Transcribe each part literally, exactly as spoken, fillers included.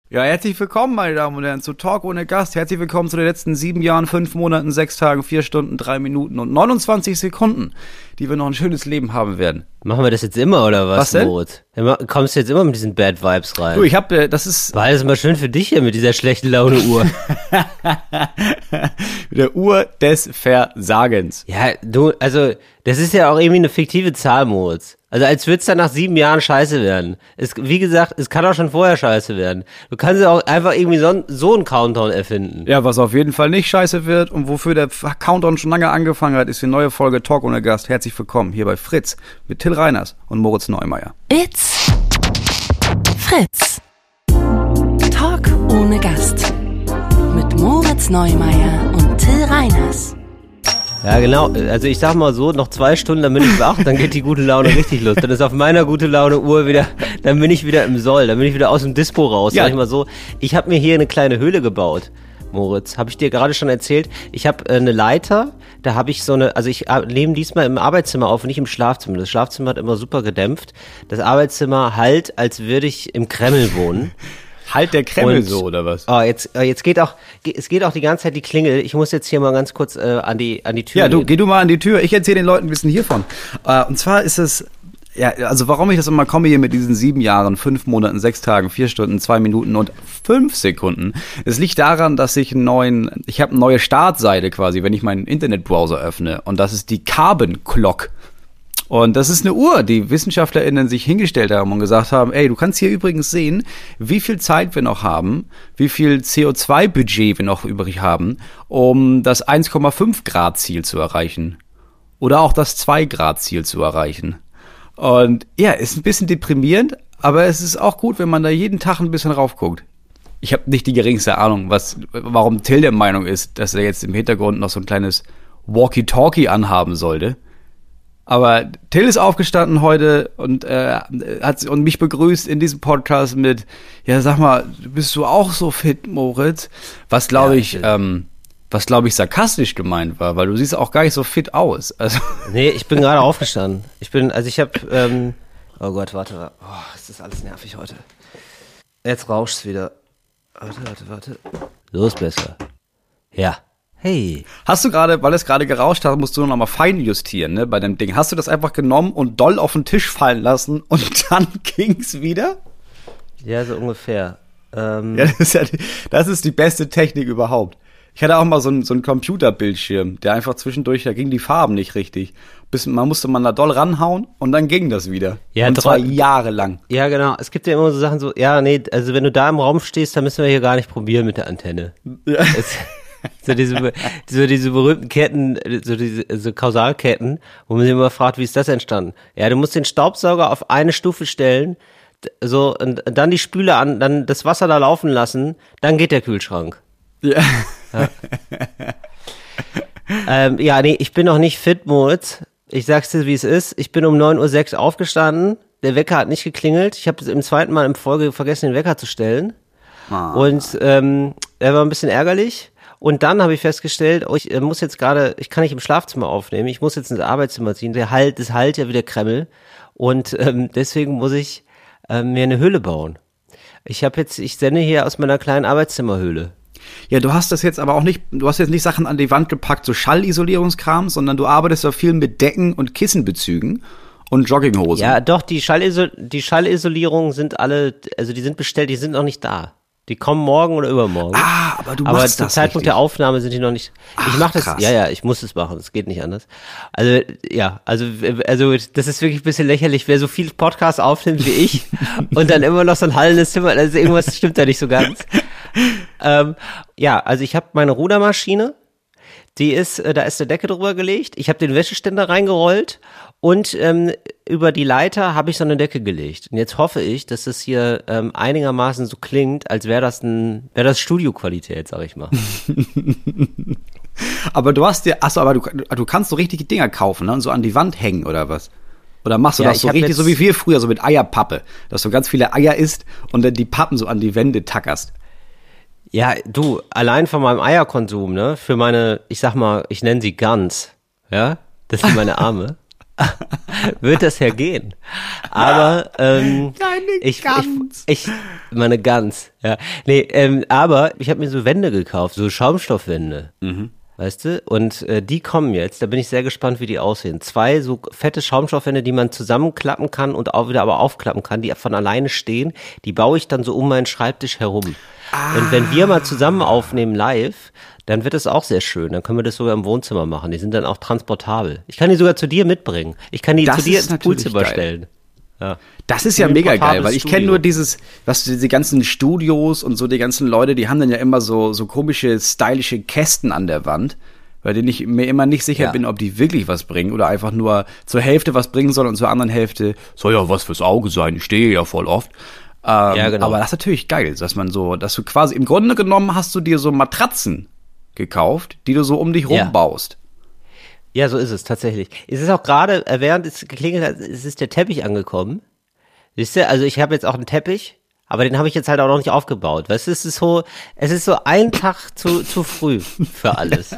Ja, herzlich willkommen, meine Damen und Herren, zu Talk ohne Gast. Herzlich willkommen zu den letzten sieben Jahren, fünf Monaten, sechs Tagen, vier Stunden, drei Minuten und neunundzwanzig Sekunden, die wir noch ein schönes Leben haben werden. Machen wir das jetzt immer, oder was, was denn? Moritz? Ja, kommst du jetzt immer mit diesen Bad Vibes rein? Du, ich hab, äh, das ist... War alles mal schön für dich hier mit dieser schlechten Laune-Uhr. Mit der Uhr des Versagens. Ja, du, also, das ist ja auch irgendwie eine fiktive Zahl, Moritz. Also als würde es dann nach sieben Jahren scheiße werden. Es, wie gesagt, es kann auch schon vorher scheiße werden. Du kannst ja auch einfach irgendwie so, so einen Countdown erfinden. Ja, was auf jeden Fall nicht scheiße wird und wofür der Countdown schon lange angefangen hat, ist die neue Folge Talk ohne Gast. Herzlich willkommen hier bei Fritz mit Till Reiners und Moritz Neumeier. It's Fritz. Talk ohne Gast. Mit Moritz Neumeier und Till Reiners. Ja, genau. Also ich sag mal so, noch zwei Stunden, dann bin ich wach, dann geht die gute Laune richtig los. Dann ist auf meiner gute Laune Uhr wieder, dann bin ich wieder im Soll, dann bin ich wieder aus dem Dispo raus. Ja. Sag ich mal so. Ich habe mir hier eine kleine Höhle gebaut, Moritz. Habe ich dir gerade schon erzählt. Ich habe äh, eine Leiter, da habe ich so eine, also ich äh, nehme diesmal im Arbeitszimmer auf und nicht im Schlafzimmer. Das Schlafzimmer hat immer super gedämpft. Das Arbeitszimmer halt, als würde ich im Kreml wohnen. Halt der Kreml und, so, oder was? Oh, jetzt, jetzt geht auch, es geht auch die ganze Zeit die Klingel. Ich muss jetzt hier mal ganz kurz äh, an die an die Tür Ja, du, gehen. geh du mal an die Tür. Ich erzähle den Leuten ein bisschen hiervon. Äh, und zwar ist es, ja, also warum ich das immer komme hier mit diesen sieben Jahren, fünf Monaten, sechs Tagen, vier Stunden, zwei Minuten und fünf Sekunden. Es liegt daran, dass ich einen neuen, ich habe eine neue Startseite quasi, wenn ich meinen Internetbrowser öffne. Und das ist die Carbon Clock. Und das ist eine Uhr, die WissenschaftlerInnen sich hingestellt haben und gesagt haben, ey, du kannst hier übrigens sehen, wie viel Zeit wir noch haben, wie viel C O zwei Budget wir noch übrig haben, um das eins Komma fünf Grad Ziel zu erreichen. Oder auch das zwei Grad Ziel zu erreichen. Und ja, ist ein bisschen deprimierend, aber es ist auch gut, wenn man da jeden Tag ein bisschen raufguckt. Ich habe nicht die geringste Ahnung, was, warum Till der Meinung ist, dass er jetzt im Hintergrund noch so ein kleines Walkie-Talkie anhaben sollte. Aber Till ist aufgestanden heute und äh, hat und mich begrüßt in diesem Podcast mit, ja, sag mal, bist du auch so fit, Moritz? Was glaube ich, ja, ähm, was glaube ich sarkastisch gemeint war, weil du siehst auch gar nicht so fit aus. Also nee, ich bin gerade aufgestanden. Ich bin, also ich habe, ähm, oh Gott, warte, oh, es ist alles nervig heute. Jetzt rauscht's wieder. Warte, warte, warte. So ist besser. Ja. Hey. Hast du gerade, weil es gerade gerauscht hat, musst du noch mal fein justieren, ne, bei dem Ding. Hast du das einfach genommen und doll auf den Tisch fallen lassen und dann ging's wieder? Ja, so ungefähr. Ähm ja, das ist ja die, das ist die beste Technik überhaupt. Ich hatte auch mal so einen, so einen Computerbildschirm, der einfach zwischendurch, da gingen die Farben nicht richtig. Bis, man musste man da doll ranhauen und dann ging das wieder. Ja, und zwar jahrelang. Ja, genau. Es gibt ja immer so Sachen so, ja, nee, also wenn du da im Raum stehst, dann müssen wir hier gar nicht probieren mit der Antenne. Ja. Es, So diese, so diese berühmten Ketten, so diese so Kausalketten, wo man sich immer fragt, wie ist das entstanden? Ja, du musst den Staubsauger auf eine Stufe stellen, so und dann die Spüle an, dann das Wasser da laufen lassen, dann geht der Kühlschrank. Ja. Ja, ähm, ja nee, ich bin noch nicht fit, Moritz. Ich sag's dir, wie es ist. Ich bin um neun Uhr sechs aufgestanden, der Wecker hat nicht geklingelt. Ich habe im zweiten Mal in Folge vergessen, den Wecker zu stellen. Ah. Und ähm, er war ein bisschen ärgerlich. Und dann habe ich festgestellt, oh, ich äh, muss jetzt gerade, ich kann nicht im Schlafzimmer aufnehmen, ich muss jetzt ins Arbeitszimmer ziehen, der halt, das halt ja wieder Kreml und ähm, deswegen muss ich ähm, mir eine Höhle bauen. Ich habe jetzt, ich sende hier aus meiner kleinen Arbeitszimmerhöhle. Ja, du hast das jetzt aber auch nicht, du hast jetzt nicht Sachen an die Wand gepackt, so Schallisolierungskram, sondern du arbeitest ja viel mit Decken und Kissenbezügen und Jogginghosen. Ja, doch, die Schallisol- die Schallisolierungen sind alle, also die sind bestellt, die sind noch nicht da. Die kommen morgen oder übermorgen. Ah, aber du aber machst zum das Zeitpunkt richtig. Der Aufnahme sind die noch nicht. Ach, ich mach das. krass. Ja, ja, ich muss es machen. Es geht nicht anders. Also ja, also also das ist wirklich ein bisschen lächerlich, wer so viel Podcasts aufnimmt wie ich und dann immer noch so ein hallendes Zimmer. Also irgendwas stimmt da nicht so ganz. ähm, ja, also ich habe meine Rudermaschine. Die ist, da ist eine Decke drüber gelegt. Ich habe den Wäscheständer reingerollt und ähm, über die Leiter habe ich so eine Decke gelegt. Und jetzt hoffe ich, dass das hier ähm, einigermaßen so klingt, als wäre das ein, wäre das Studioqualität, sag ich mal. Aber du hast dir, achso, aber du, du kannst so richtige Dinger kaufen, ne? Und so an die Wand hängen oder was? Oder machst du Ja, das so ich hab richtig, jetzt- so wie wir früher, so mit Eierpappe, dass du ganz viele Eier isst und dann die Pappen so an die Wände tackerst? Ja, du, allein von meinem Eierkonsum, ne, für meine, ich sag mal, ich nenne sie Gans, ja, das sind meine Arme. wird das ja gehen. Aber ähm, Deine ich, Gans. ich, ich meine Gans, ja. Nee, ähm, aber ich habe mir so Wände gekauft, so Schaumstoffwände. Mhm. Weißt du? Und äh, die kommen jetzt, da bin ich sehr gespannt, wie die aussehen. Zwei so fette Schaumstoffwände, die man zusammenklappen kann und auch wieder aber aufklappen kann, die von alleine stehen, die baue ich dann so um meinen Schreibtisch herum. Ah. Und wenn wir mal zusammen aufnehmen live, dann wird es auch sehr schön. Dann können wir das sogar im Wohnzimmer machen. Die sind dann auch transportabel. Ich kann die sogar zu dir mitbringen. Ich kann die das zu dir ins natürlich Poolzimmer geil. stellen. Ja. Das ist ja mega geil, weil ich kenne Studio. nur dieses, was diese ganzen Studios und so, die ganzen Leute, die haben dann ja immer so so komische, stylische Kästen an der Wand, bei denen ich mir immer nicht sicher Ja. bin, ob die wirklich was bringen oder einfach nur zur Hälfte was bringen sollen und zur anderen Hälfte soll ja was fürs Auge sein, ich stehe ja voll oft. Ähm, Ja, genau. Aber das ist natürlich geil, dass man so, dass du quasi, im Grunde genommen hast du dir so Matratzen gekauft, die du so um dich Ja. rumbaust. Ja, so ist es tatsächlich. Es ist auch gerade, äh, während es geklingelt hat, es ist der Teppich angekommen. Siehst du, also ich habe jetzt auch einen Teppich, aber den habe ich jetzt halt auch noch nicht aufgebaut. Weißt du, es ist so, es ist so ein Tag zu, zu früh für alles.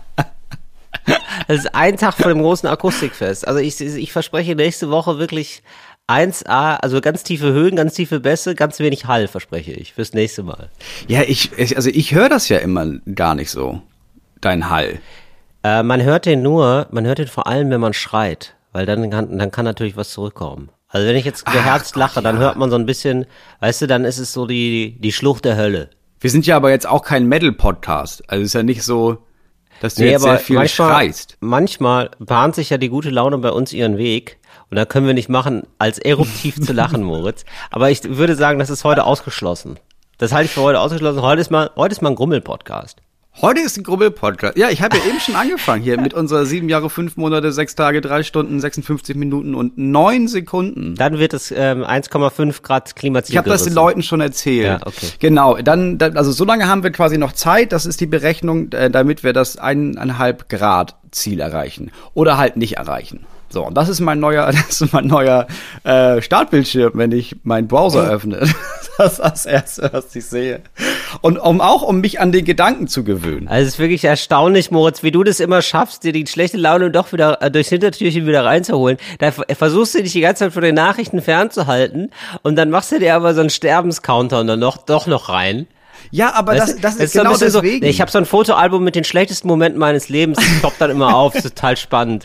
Es ist ein Tag vor dem großen Akustikfest. Also ich, ich verspreche nächste Woche wirklich eins A, also ganz tiefe Höhen, ganz tiefe Bässe, ganz wenig Hall, verspreche ich, fürs nächste Mal. Ja, ich, ich also ich höre das ja immer gar nicht so, dein Hall. Äh, man hört den nur, man hört den vor allem, wenn man schreit, weil dann kann, dann kann natürlich was zurückkommen. Also wenn ich jetzt beherzt lache, dann hört man so ein bisschen, weißt du, dann ist es so die, die Schlucht der Hölle. Wir sind ja aber jetzt auch kein Metal-Podcast. Also es ist ja nicht so, dass du Nee, jetzt aber sehr viel manchmal, schreist. manchmal bahnt sich ja die gute Laune bei uns ihren Weg und da können wir nicht machen, als eruptiv zu lachen, Moritz. Aber ich würde sagen, das ist heute ausgeschlossen. Das halte ich für heute ausgeschlossen. Heute ist mal, heute ist mal ein Grummel-Podcast. Heute ist ein Grummel-Podcast. Ja, ich habe ja eben schon angefangen hier mit unserer sieben Jahre, fünf Monate, sechs Tage, drei Stunden, sechsundfünfzig Minuten und neun Sekunden. Dann wird es ähm, eins Komma fünf Grad Klimaziel Ich habe das den gerissen. Leuten schon erzählt. Ja, okay. Genau, dann, dann, also so lange haben wir quasi noch Zeit, das ist die Berechnung, äh, damit wir das eineinhalb Grad Ziel erreichen. Oder halt nicht erreichen. So, und das ist mein neuer, das ist mein neuer äh, Startbildschirm, wenn ich meinen Browser öffne. Das ist das Erste, was ich sehe. Und um auch um mich an den Gedanken zu gewöhnen. Also es ist wirklich erstaunlich, Moritz, wie du das immer schaffst, dir die schlechte Laune doch wieder äh, durchs Hintertürchen wieder reinzuholen. Da f- versuchst du dich die ganze Zeit von den Nachrichten fernzuhalten und dann machst du dir aber so einen Sterbenscounter und dann noch, doch noch rein. Ja, aber Weißt das, du, das ist so ein genau bisschen deswegen. So, ich habe so ein Fotoalbum mit den schlechtesten Momenten meines Lebens, das ploppt dann immer auf, das ist total spannend.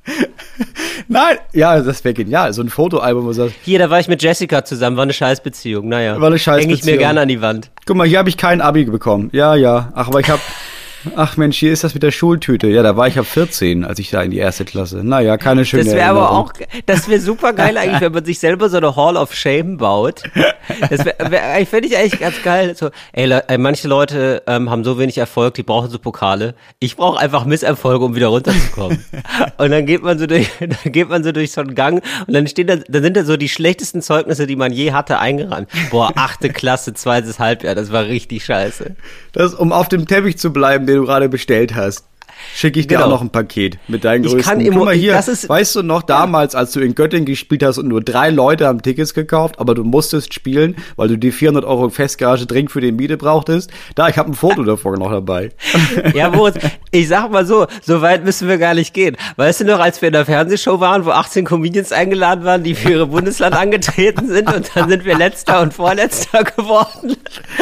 Nein, ja, das wäre genial. So ein Fotoalbum, wo du sagst, Hier, da war ich mit Jessica zusammen, war eine Scheißbeziehung, naja. War eine Scheißbeziehung. Häng ich mir gerne an die Wand. guck mal, hier habe ich kein Abi bekommen. Ja, ja. Ach, aber ich habe, ach Mensch, hier ist das mit der Schultüte. Ja, da war ich ab vierzehn, als ich da in die erste Klasse. Naja, keine schöne Das wäre aber Erinnerung. auch, das wäre super geil eigentlich, wenn man sich selber so eine Hall of Shame baut. Das wäre, wär, ich fände ich eigentlich ganz geil. So, ey, Le ey manche Leute ähm, haben so wenig Erfolg, die brauchen so Pokale. Ich brauche einfach Misserfolge, um wieder runterzukommen. Und dann geht man so durch, dann geht man so durch so einen Gang und dann stehen da, dann sind da so die schlechtesten Zeugnisse, die man je hatte, eingerannt. Boah, achte Klasse, zweites Halbjahr, das war richtig scheiße. Das, um auf dem Teppich zu bleiben, den du gerade bestellt hast, schicke ich dir Genau. auch noch ein Paket mit deinen Ich größten. kann Guck immer- mal hier, das ist- weißt du noch, damals, als du in Göttingen gespielt hast und nur drei Leute haben Tickets gekauft, aber du musstest spielen, weil du die vierhundert Euro Festgage dringend für die Miete brauchtest. Da, ich habe ein Foto davon noch dabei. Ja, Moritz, ich sag mal so, so weit müssen wir gar nicht gehen. Weißt du noch, als wir in der Fernsehshow waren, wo achtzehn Comedians eingeladen waren, die für ihre Bundesland angetreten sind und dann sind wir Letzter und Vorletzter geworden?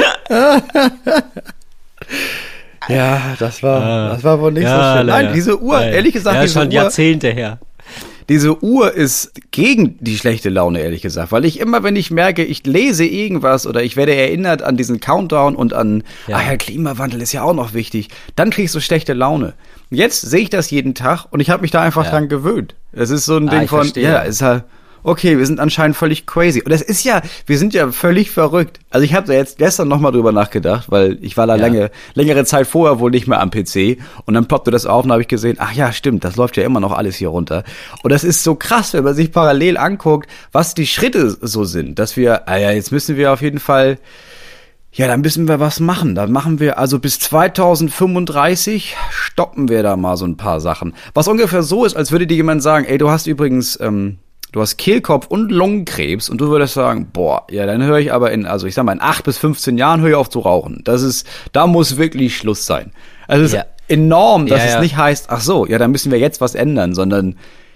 Ja, das war, das war wohl nicht so schön. Nein, diese Uhr, ehrlich gesagt, ja, diese schon Uhr, Jahrzehnte her. diese Uhr ist gegen die schlechte Laune, ehrlich gesagt. Weil ich immer, wenn ich merke, ich lese irgendwas oder ich werde erinnert an diesen Countdown und an, Ja. ach ja, Klimawandel ist ja auch noch wichtig, dann krieg ich so schlechte Laune. Jetzt sehe ich das jeden Tag und ich habe mich da einfach Ja. dran gewöhnt. Es ist so ein Ah, Ding ich von, verstehe. ja, ist halt, okay, wir sind anscheinend völlig crazy. Und das ist ja, wir sind ja völlig verrückt. Also ich habe da jetzt gestern nochmal drüber nachgedacht, weil ich war da Ja. lange, längere Zeit vorher wohl nicht mehr am P C. Und dann ploppte das auf und habe ich gesehen, ach ja, stimmt, das läuft ja immer noch alles hier runter. Und das ist so krass, wenn man sich parallel anguckt, was die Schritte so sind, dass wir, ah ja, jetzt müssen wir auf jeden Fall, ja, dann müssen wir was machen. Dann machen wir, also bis zweitausendfünfunddreißig stoppen wir da mal so ein paar Sachen. Was ungefähr so ist, als würde dir jemand sagen, ey, du hast übrigens, ähm, du hast Kehlkopf und Lungenkrebs und du würdest sagen, boah, ja, dann höre ich aber in, also ich sag mal, in acht bis fünfzehn Jahren höre ich auf zu rauchen. Das ist, da muss wirklich Schluss sein. Also es Ja. ist enorm, dass Ja, es ja. nicht heißt, ach so, ja, dann müssen wir jetzt was ändern, sondern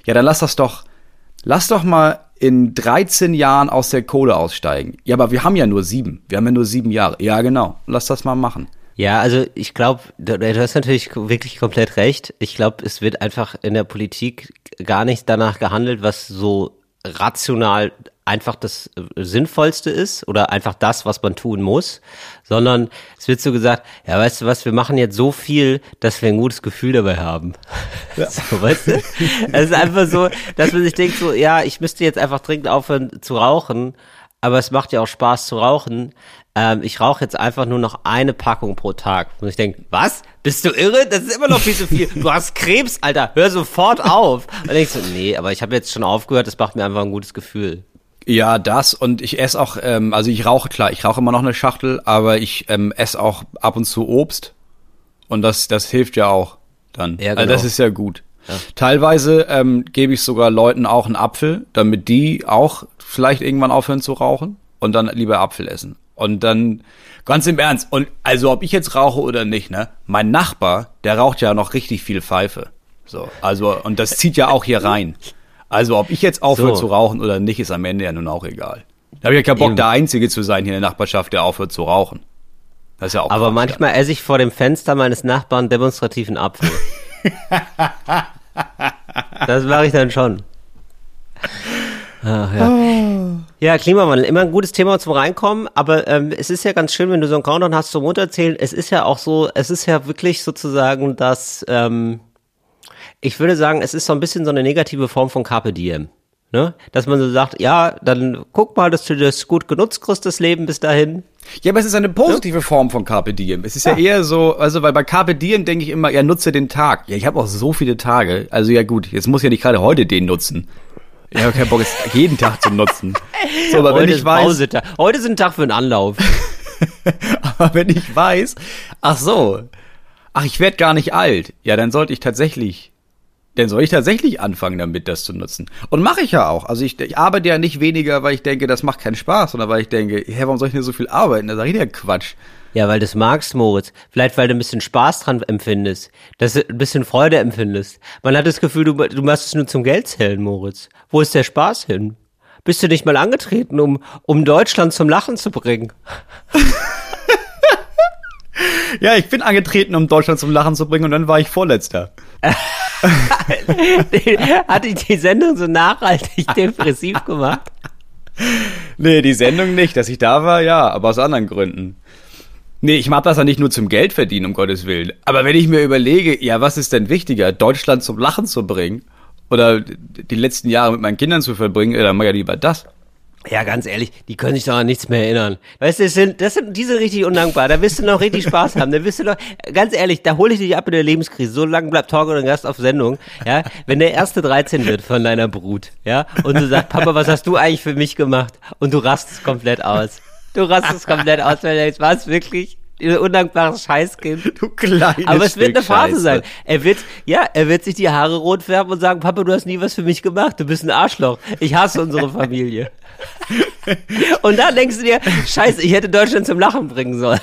Ja, dann lass das doch, lass doch mal in dreizehn Jahren aus der Kohle aussteigen. Ja, aber wir haben ja nur sieben. Wir haben ja nur sieben Jahre. Ja, genau. Lass das mal machen. Ja, also ich glaube, du, du hast natürlich wirklich komplett recht. Ich glaube, es wird einfach in der Politik gar nicht danach gehandelt, was so rational einfach das Sinnvollste ist oder einfach das, was man tun muss, sondern es wird so gesagt, ja, weißt du was, wir machen jetzt so viel, dass wir ein gutes Gefühl dabei haben. Ja. So, weißt du? Es ist einfach so, dass man sich denkt so, ja, ich müsste jetzt einfach dringend aufhören zu rauchen, aber es macht ja auch Spaß zu rauchen. Ähm, ich rauche jetzt einfach nur noch eine Packung pro Tag. Und ich denke, was? Bist du irre? Das ist immer noch viel zu viel. Du hast Krebs, Alter. Hör sofort auf. Und dann denkst du, nee, aber ich habe jetzt schon aufgehört. Das macht mir einfach ein gutes Gefühl. Ja, das und ich esse auch, ähm, also ich rauche, klar, ich rauche immer noch eine Schachtel, aber ich ähm, esse auch ab und zu Obst und das das hilft ja auch dann. Ja, genau. Also das ist ja gut. Ja. Teilweise ähm, gebe ich sogar Leuten auch einen Apfel, damit die auch vielleicht irgendwann aufhören zu rauchen und dann lieber Apfel essen. Und dann, ganz im Ernst, und also ob ich jetzt rauche oder nicht, ne, mein Nachbar, der raucht ja noch richtig viel Pfeife. So, also, und das zieht ja auch hier rein. Also ob ich jetzt aufhöre so. zu rauchen oder nicht, ist am Ende ja nun auch egal. Da habe ich ja keinen Bock, Eben. der Einzige zu sein hier in der Nachbarschaft, der aufhört zu rauchen. Das ist ja auch Aber Quatsch, manchmal ja. esse ich vor dem Fenster meines Nachbarn demonstrativ einen Apfel. Das mache ich dann schon. Ach, ja. Oh. Ja, Klimawandel, immer ein gutes Thema zum Reinkommen, aber ähm, es ist ja ganz schön, wenn du so einen Countdown hast zum Runterzählen. Es ist ja auch so, es ist ja wirklich sozusagen das, ähm, ich würde sagen, es ist so ein bisschen so eine negative Form von Carpe Diem, ne? Dass man so sagt, ja, dann guck mal, dass du das gut genutzt kriegst, das Leben bis dahin. Ja, aber es ist eine positive ja? Form von Carpe Diem. Es ist ja. ja eher so, also weil bei Carpe Diem denke ich immer, ja, nutze den Tag. Ja, ich habe auch so viele Tage. Also ja gut, jetzt muss ich ja nicht gerade heute den nutzen. Ich habe keinen Bock, es jeden Tag zu nutzen. So, aber heute wenn ich weiß, Pausetag. Heute ist ein Tag für einen Anlauf. Aber wenn ich weiß, ach so, ach, ich werde gar nicht alt. Ja, dann sollte ich tatsächlich, dann soll ich tatsächlich anfangen damit, das zu nutzen. Und mache ich ja auch. Also ich, ich arbeite ja nicht weniger, weil ich denke, das macht keinen Spaß, sondern weil ich denke, hä, warum soll ich denn so viel arbeiten? Da sag ich dir Quatsch. Ja, weil du es magst, Moritz. Vielleicht, weil du ein bisschen Spaß dran empfindest. Dass du ein bisschen Freude empfindest. Man hat das Gefühl, du, du machst es nur zum Geldzählen, Moritz. Wo ist der Spaß hin? Bist du nicht mal angetreten, um, um Deutschland zum Lachen zu bringen? Ja, ich bin angetreten, um Deutschland zum Lachen zu bringen und dann war ich Vorletzter. Hat dich die Sendung so nachhaltig depressiv gemacht? Nee, die Sendung nicht. Dass ich da war, ja, aber aus anderen Gründen. Nee, ich mag das ja nicht nur zum Geld verdienen, um Gottes Willen. Aber wenn ich mir überlege, ja, was ist denn wichtiger, Deutschland zum Lachen zu bringen oder die letzten Jahre mit meinen Kindern zu verbringen, dann mach ich ja lieber das. Ja, ganz ehrlich, die können sich doch an nichts mehr erinnern. Weißt du, das sind, das sind, die sind richtig undankbar. Da wirst du noch richtig Spaß haben. Da wirst du noch, ganz ehrlich, da hole ich dich ab in der Lebenskrise. So lange bleibt Torge und Gast auf Sendung, ja. Wenn der erste dreizehn wird von deiner Brut, ja, und du sagst, Papa, was hast du eigentlich für mich gemacht? Und du rastest komplett aus. Du rastest komplett aus, weil du denkst, was, wirklich? Dieses undankbare Scheißkind. Du kleines Aber es wird Stück eine Phase Scheiße. sein. Er wird, ja, er wird sich die Haare rot färben und sagen, Papa, du hast nie was für mich gemacht. Du bist ein Arschloch. Ich hasse unsere Familie. Und dann denkst du dir, Scheiße, ich hätte Deutschland zum Lachen bringen sollen.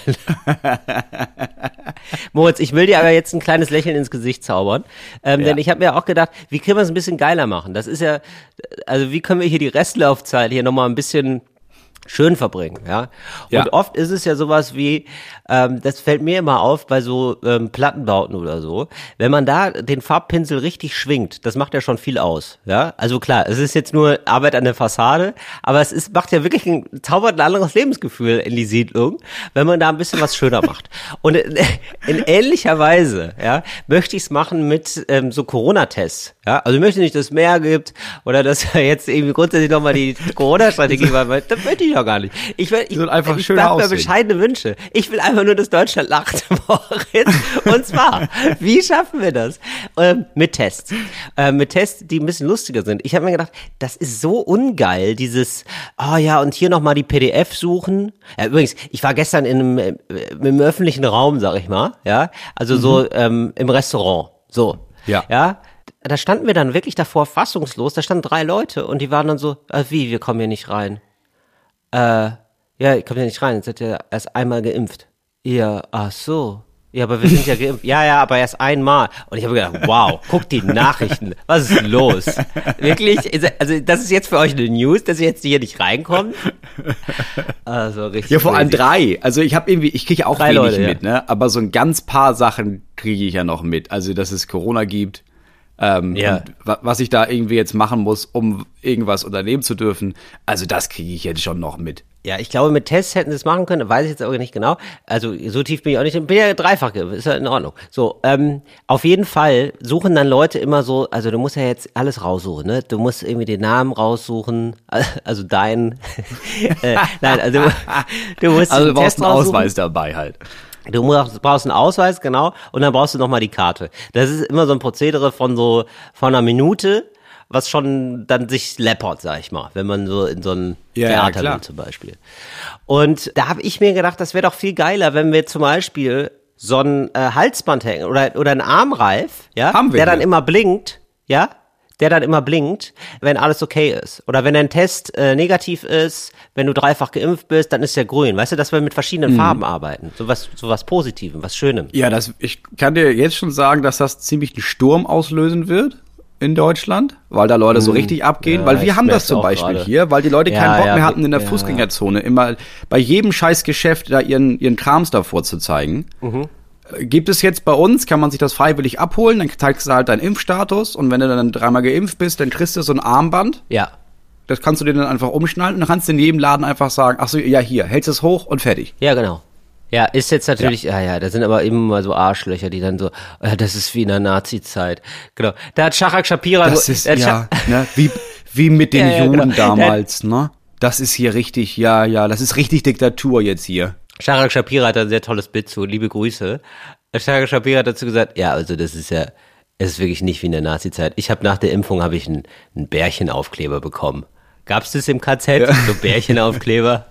Moritz, ich will dir aber jetzt ein kleines Lächeln ins Gesicht zaubern. Ähm, ja. Denn ich habe mir auch gedacht, wie können wir es ein bisschen geiler machen? Das ist ja, also wie können wir hier die Restlaufzeit hier nochmal ein bisschen schön verbringen, ja. Und ja. oft ist es ja sowas wie, ähm, das fällt mir immer auf bei so ähm, Plattenbauten oder so, wenn man da den Farbpinsel richtig schwingt, das macht ja schon viel aus, ja. Also klar, es ist jetzt nur Arbeit an der Fassade, aber es ist, macht ja wirklich ein, zaubert ein anderes Lebensgefühl in die Siedlung, wenn man da ein bisschen was schöner macht. Und in, in ähnlicher Weise, ja, möchte ich es machen mit ähm, so Corona-Tests, ja. Also ich möchte nicht, dass es mehr gibt oder dass jetzt irgendwie grundsätzlich nochmal die Corona-Strategie war, weil das möchte ich ja gar nicht. Ich will, ich, ich einfach ich schön habe mir bescheidene Wünsche. Ich will einfach nur, dass Deutschland lacht, Moritz. Und zwar, wie schaffen wir das? Ähm, mit Tests. Ähm, mit Tests, die ein bisschen lustiger sind. Ich habe mir gedacht, das ist so ungeil, dieses, oh ja, und hier nochmal die P D F suchen. Ja, übrigens, ich war gestern in einem, äh, im öffentlichen Raum, sag ich mal, ja, also mhm. so ähm, im Restaurant, so, ja, ja. Da standen wir dann wirklich davor fassungslos, da standen drei Leute und die waren dann so, äh, wie, wir kommen hier nicht rein. Äh, ja, ich komme ja nicht rein, jetzt seid ihr erst einmal geimpft. Ja, ach so. Ja, aber wir sind ja geimpft. Ja, ja, aber erst einmal. Und ich habe gedacht, wow, guck die Nachrichten. Was ist los? Wirklich? Also das ist jetzt für euch eine News, dass ihr jetzt hier nicht reinkommt? Also richtig. Ja, vor allem crazy. drei. Also ich habe irgendwie, ich kriege auch Drei wenig Leute, mit, ja. ne? Aber so ein ganz paar Sachen kriege ich ja noch mit. Also dass es Corona gibt. Ähm, Ja. Und wa- was ich da irgendwie jetzt machen muss, um irgendwas unternehmen zu dürfen, also das kriege ich jetzt schon noch mit. Ja, ich glaube, mit Tests hätten sie es machen können, weiß ich jetzt aber nicht genau. Also so tief bin ich auch nicht, bin ja dreifach, ist ja in Ordnung. So, ähm, auf jeden Fall suchen dann Leute immer so, also du musst ja jetzt alles raussuchen, ne? Du musst irgendwie den Namen raussuchen, also deinen. äh, nein, also du musst Also den du brauchst Test einen raussuchen. Ausweis dabei halt. Du musst, brauchst einen Ausweis, genau, und dann brauchst du nochmal die Karte. Das ist immer so ein Prozedere von so, von einer Minute, was schon dann sich läppert, sag ich mal, wenn man so in so ein Ja, ja, Theater klar. will zum Beispiel. Und da habe ich mir gedacht, das wäre doch viel geiler, wenn wir zum Beispiel so ein äh, Halsband hängen oder, oder ein Armreif, ja, Haben wir der dann hier. immer blinkt, ja, der dann immer blinkt, wenn alles okay ist. Oder wenn dein Test äh, negativ ist, wenn du dreifach geimpft bist, dann ist der grün. Weißt du, dass wir mit verschiedenen Mhm. Farben arbeiten. So was, so was Positivem, was Schönem. Ja, das, ich kann dir jetzt schon sagen, dass das ziemlich einen Sturm auslösen wird in Deutschland, weil da Leute so richtig abgehen, Ja, weil wir ich haben das merk's zum auch Beispiel gerade. hier, weil die Leute Ja, keinen Bock ja, mehr hatten, in der ja. Fußgängerzone immer bei jedem Scheißgeschäft da ihren, ihren Krams davor zu zeigen. Mhm. Gibt es jetzt bei uns, kann man sich das freiwillig abholen, dann zeigst du halt deinen Impfstatus und wenn du dann dreimal geimpft bist, dann kriegst du so ein Armband. Ja. Das kannst du dir dann einfach umschnallen und dann kannst du in jedem Laden einfach sagen, ach so, ja hier, hältst es hoch und fertig. Ja, genau. Ja, ist jetzt natürlich, ja, ja, da sind aber immer mal so Arschlöcher, die dann so, ja, das ist wie in der Nazi-Zeit. Genau. Da hat Shahak Shapira Das so, ist, da hat ja, ne, wie, wie mit den Ja, ja, Juden genau. damals, ne? Das ist hier richtig, ja, ja, das ist richtig Diktatur jetzt hier. Shahak Shapira hat da ein sehr tolles Bild zu, liebe Grüße. Shahak Shapira hat dazu gesagt, ja, also das ist ja, es ist wirklich nicht wie in der Nazi-Zeit. Ich habe nach der Impfung habe ich einen, einen Bärchenaufkleber bekommen. Gab's das im K Z? Ja. So Bärchenaufkleber?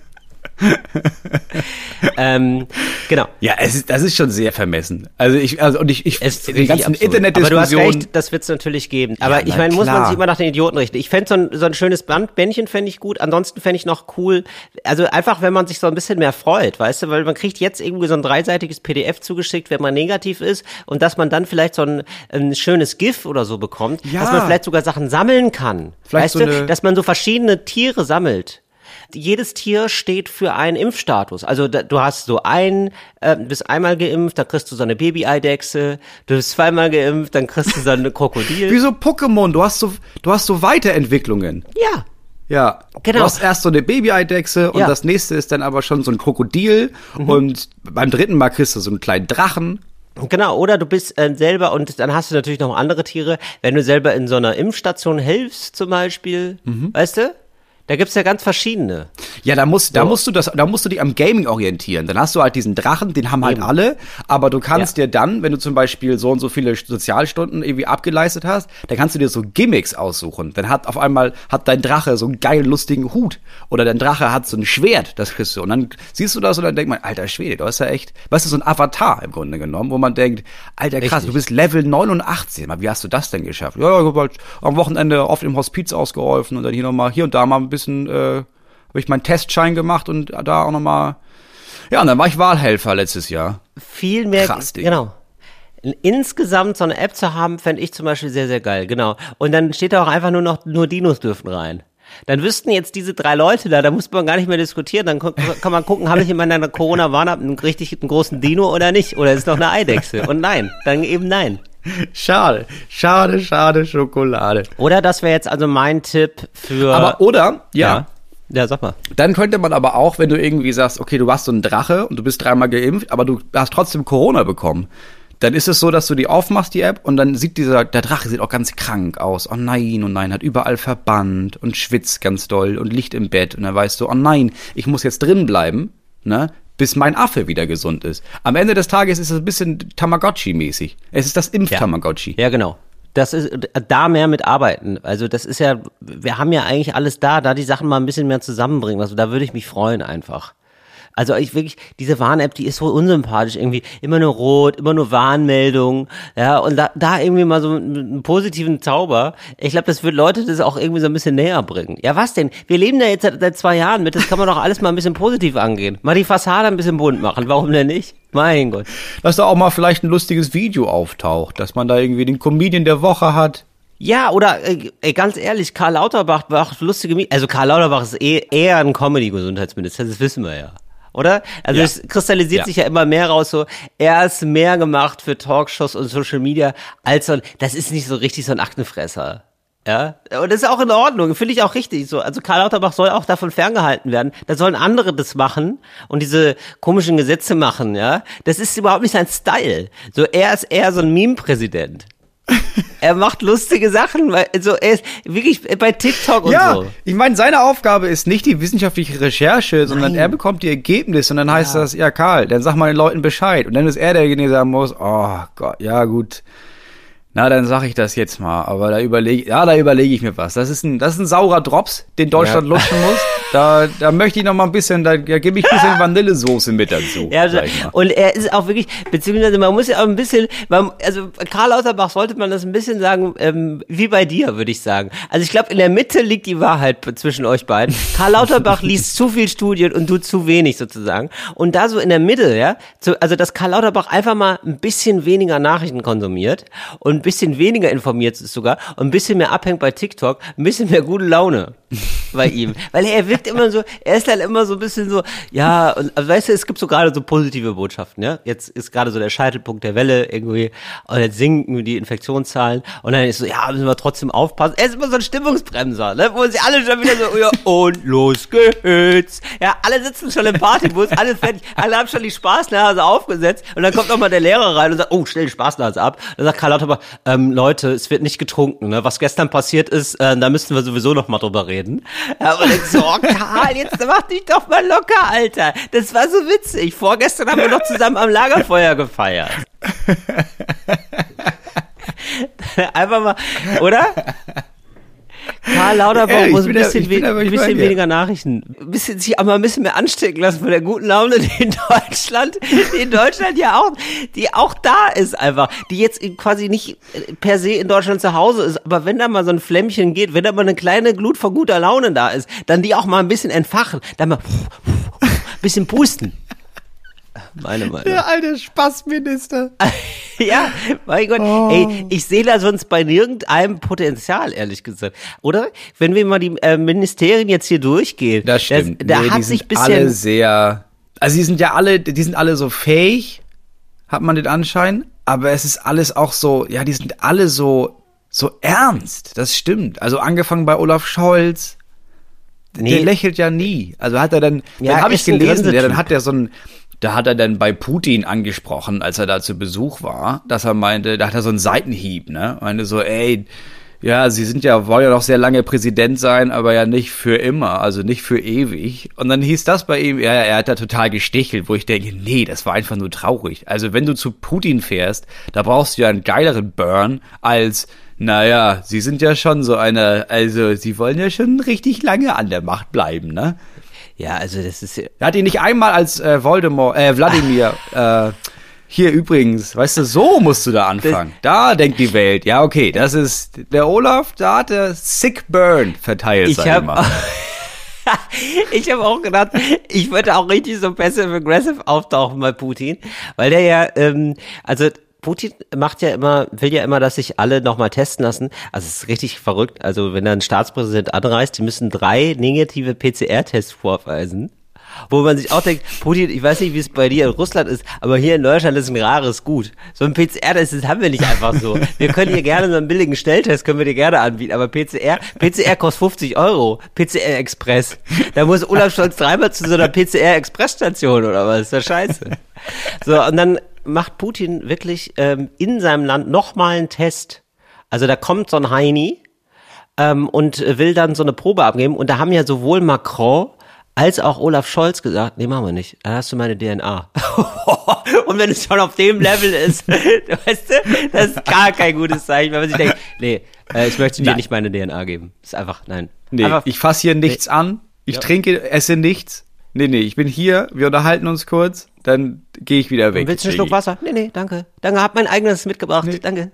ähm, genau. Ja, es ist, das ist schon sehr vermessen. Also ich, also und ich, ich Es ist die richtig ganzen absurd. Aber du hast Internetdiskussionen. recht, das wird es natürlich geben. Aber Ja, ich na meine, muss man klar. sich immer nach den Idioten richten. Ich fände so ein, so ein schönes Band, Bändchen fände ich gut. Ansonsten fände ich noch cool, also einfach, wenn man sich so ein bisschen mehr freut, weißt du, weil man kriegt jetzt irgendwie so ein dreiseitiges P D F zugeschickt, wenn man negativ ist und dass man dann vielleicht so ein, ein schönes GIF oder so bekommt, Ja. dass man vielleicht sogar Sachen sammeln kann. Vielleicht weißt so du, eine- dass man so verschiedene Tiere sammelt. Jedes Tier steht für einen Impfstatus. Also da, du hast so ein, äh, bist einmal geimpft, dann kriegst du so eine Baby-Eidechse. Du bist zweimal geimpft, dann kriegst du so eine Krokodil. Wie so Pokémon, du hast so, du hast so Weiterentwicklungen. Ja, Ja, Genau. Du hast erst so eine Baby-Eidechse und Ja. das nächste ist dann aber schon so ein Krokodil und beim dritten Mal kriegst du so einen kleinen Drachen. genau. Oder du bist äh, selber, und dann hast du natürlich noch andere Tiere, wenn du selber in so einer Impfstation hilfst zum Beispiel, weißt du? Da gibt's ja ganz verschiedene. Ja, da musst, da So. musst du das, da musst du dich am Gaming orientieren. Dann hast du halt diesen Drachen, den haben halt Eben. alle, aber du kannst Ja. dir dann, wenn du zum Beispiel so und so viele Sozialstunden irgendwie abgeleistet hast, dann kannst du dir so Gimmicks aussuchen. Dann hat auf einmal, hat dein Drache so einen geilen, lustigen Hut. Oder dein Drache hat so ein Schwert, das kriegst du. Und dann siehst du das und dann denkt man, alter Schwede, du hast ja echt, weißt du, so ein Avatar im Grunde genommen, wo man denkt, alter krass, Richtig. du bist Level neunundachtzig. Mal, wie hast du das denn geschafft? Ja, ich hab halt am Wochenende oft im Hospiz ausgeholfen und dann hier nochmal, hier und da mal ein bisschen, äh, habe ich meinen Testschein gemacht und da auch nochmal. Ja, und dann war ich Wahlhelfer letztes Jahr. Viel mehr, Krass, Ding. genau. Insgesamt so eine App zu haben, fände ich zum Beispiel sehr, sehr geil, genau. Und dann steht da auch einfach nur noch, nur Dinos dürfen rein. Dann wüssten jetzt diese drei Leute da, da muss man gar nicht mehr diskutieren, dann gu- kann man gucken, habe ich in meiner Corona-Warn-App einen richtig einen großen Dino oder nicht? Oder ist noch eine Eidechse? Und nein, dann eben nein. Schade, schade, schade Schokolade. Oder das wäre jetzt also mein Tipp für... Aber oder, ja, ja. Ja, sag mal. dann könnte man aber auch, wenn du irgendwie sagst, okay, du warst so ein Drache und du bist dreimal geimpft, aber du hast trotzdem Corona bekommen. Dann ist es so, dass du die aufmachst, die App, und dann sieht dieser, der Drache sieht auch ganz krank aus. Oh nein, oh nein, hat überall Verband und schwitzt ganz doll und liegt im Bett. Und dann weißt du, oh nein, ich muss jetzt drin bleiben, ne, bis mein Affe wieder gesund ist. Am Ende des Tages ist es ein bisschen Tamagotchi-mäßig. Es ist das Impf-Tamagotchi. Ja, genau. Das ist, da mehr mit arbeiten. Also das ist ja, wir haben ja eigentlich alles da, da die Sachen mal ein bisschen mehr zusammenbringen. Also da würde ich mich freuen einfach. Also ich wirklich, diese Warn-App, die ist so unsympathisch irgendwie. Immer nur rot, immer nur Warnmeldungen. Ja, und da, da irgendwie mal so einen, einen positiven Zauber. Ich glaube, das wird Leute das auch irgendwie so ein bisschen näher bringen. Ja, was denn? Wir leben da jetzt seit, seit zwei Jahren mit. Das kann man doch alles mal ein bisschen positiv angehen. Mal die Fassade ein bisschen bunt machen. Warum denn nicht? Mein Gott. Dass da auch mal vielleicht ein lustiges Video auftaucht. Dass man da irgendwie den Comedian der Woche hat. Ja, oder äh, ganz ehrlich, Karl Lauterbach macht lustige Mie- Also Karl Lauterbach ist eh, eher ein Comedy-Gesundheitsminister, das wissen wir ja. Oder? Also ja. es kristallisiert ja. sich ja immer mehr raus, so, er ist mehr gemacht für Talkshows und Social Media, als so ein, das ist nicht so richtig so ein Aktenfresser. Ja, und das ist auch in Ordnung, finde ich auch richtig so. Also Karl Lauterbach soll auch davon ferngehalten werden. Da sollen andere das machen und diese komischen Gesetze machen, ja. Das ist überhaupt nicht sein Style. So, er ist eher so ein Meme-Präsident. Er macht lustige Sachen, weil also er ist wirklich bei TikTok und ja, so. Ja, ich meine, seine Aufgabe ist nicht die wissenschaftliche Recherche, sondern Nein. er bekommt die Ergebnisse und dann heißt ja. das, ja Karl, dann sag mal den Leuten Bescheid. Und dann ist er derjenige, der sagen muss, oh Gott, ja gut, na dann sag ich das jetzt mal. Aber da überlege, ja, da überlege ich mir was. Das ist ein, das ist ein saurer Drops, den Deutschland ja. lutschen muss. Da, da möchte ich noch mal ein bisschen, da, da gebe ich ein bisschen Vanillesoße mit dazu. Ja, also, und er ist auch wirklich, beziehungsweise man muss ja auch ein bisschen, man, also Karl Lauterbach sollte man das ein bisschen sagen, ähm, wie bei dir, würde ich sagen. Also ich glaube, in der Mitte liegt die Wahrheit zwischen euch beiden. Karl Lauterbach liest zu viel Studien und du zu wenig sozusagen. Und da so in der Mitte, ja, zu, also dass Karl Lauterbach einfach mal ein bisschen weniger Nachrichten konsumiert und ein bisschen weniger informiert ist sogar und ein bisschen mehr abhängt bei TikTok, ein bisschen mehr gute Laune bei ihm. Weil er wirkt immer so, er ist dann immer so ein bisschen so, ja, und also weißt du, es gibt so gerade so positive Botschaften, ja. Jetzt ist gerade so der Scheitelpunkt der Welle irgendwie, und jetzt sinken die Infektionszahlen und dann ist so, ja, müssen wir trotzdem aufpassen. Er ist immer so ein Stimmungsbremser, ne, wo sie alle schon wieder so, ja, und los geht's. Ja, alle sitzen schon im Partybus, alles fertig, alle haben schon die Spaßnase aufgesetzt und dann kommt nochmal der Lehrer rein und sagt, oh, stell die Spaßnase ab. Dann sagt Karl Lauterbach, ähm, Leute, es wird nicht getrunken, ne, was gestern passiert ist, äh, da müssten wir sowieso noch mal drüber reden. Ja, und ich so, oh, Karl, jetzt mach dich doch mal locker, Alter. Das war so witzig. Vorgestern haben wir noch zusammen am Lagerfeuer gefeiert. Einfach mal, oder? Karl Lauterbach ja, muss ein bisschen, da, we- ein bisschen weniger Nachrichten, ein bisschen, sich auch mal ein bisschen mehr anstecken lassen von der guten Laune, die in Deutschland, die in Deutschland ja auch, die auch da ist einfach, die jetzt quasi nicht per se in Deutschland zu Hause ist, aber wenn da mal so ein Flämmchen geht, wenn da mal eine kleine Glut von guter Laune da ist, dann die auch mal ein bisschen entfachen, dann mal ein bisschen pusten. Meine Meinung. Der alte Spaßminister. Ja, mein Gott. Oh. Ey, ich sehe da sonst bei nirgendeinem Potenzial, ehrlich gesagt. Oder? Wenn wir mal die äh, Ministerien jetzt hier durchgehen. Das stimmt. Das, da nee, hat die sich sind bisschen alle sehr, also die sind ja alle, die sind alle so fähig, hat man den Anschein. Aber es ist alles auch so, ja, die sind alle so, so ernst. Das stimmt. Also angefangen bei Olaf Scholz. Nee. Der lächelt ja nie. Also hat er dann, ja, dann habe ich gelesen, ja, dann hat er so ein, da hat er dann bei Putin angesprochen, als er da zu Besuch war, dass er meinte, da hat er so einen Seitenhieb, ne? Meinte so, ey, ja, Sie sind ja, wollen ja noch sehr lange Präsident sein, aber ja nicht für immer, also nicht für ewig. Und dann hieß das bei ihm, ja, er hat da total gestichelt, wo ich denke, nee, das war einfach nur traurig. Also wenn du zu Putin fährst, da brauchst du ja einen geileren Burn als, naja, Sie sind ja schon so eine, also Sie wollen ja schon richtig lange an der Macht bleiben, ne? Ja, also das ist... Er hat ihn nicht einmal als äh, Voldemort, äh, Wladimir, äh, hier übrigens, weißt du, so musst du da anfangen. Das, da denkt die Welt, ja okay, das ist, der Olaf, da hat der Sick Burn verteilt, ich hab, ich habe auch gedacht, ich würde auch richtig so passive-aggressive auftauchen bei Putin, weil der ja, ähm, also... Putin macht ja immer, will ja immer, dass sich alle nochmal testen lassen. Also es ist richtig verrückt. Also wenn da ein Staatspräsident anreist, die müssen drei negative P C R-Tests vorweisen. Wo man sich auch denkt, Putin, ich weiß nicht, wie es bei dir in Russland ist, aber hier in Deutschland ist ein rares Gut. So ein P C R-Test, das haben wir nicht einfach so. Wir können hier gerne so einen billigen Schnelltest, können wir dir gerne anbieten, aber P C R, P C R kostet fünfzig Euro. P C R-Express. Da muss Olaf Scholz dreimal zu so einer P C R-Express-Station oder was? Ist das scheiße. So, und dann macht Putin wirklich ähm, in seinem Land nochmal einen Test. Also da kommt so ein Heini ähm, und will dann so eine Probe abgeben. Und da haben ja sowohl Macron als auch Olaf Scholz gesagt, nee, machen wir nicht. Da hast du meine D N A. Und wenn es schon auf dem Level ist, weißt du, das ist gar kein gutes Zeichen, wenn man sich denkt, nee, äh, ich möchte dir nein. nicht meine D N A geben. Das ist einfach, nein. Nee, einfach, ich fasse hier nichts nee. an, ich ja. trinke, esse nichts. nee, nee, ich bin hier, wir unterhalten uns kurz, dann gehe ich wieder weg. Und willst du einen Schluck Wasser? Nee, nee, danke. Danke, hab mein eigenes mitgebracht. Nee. Danke.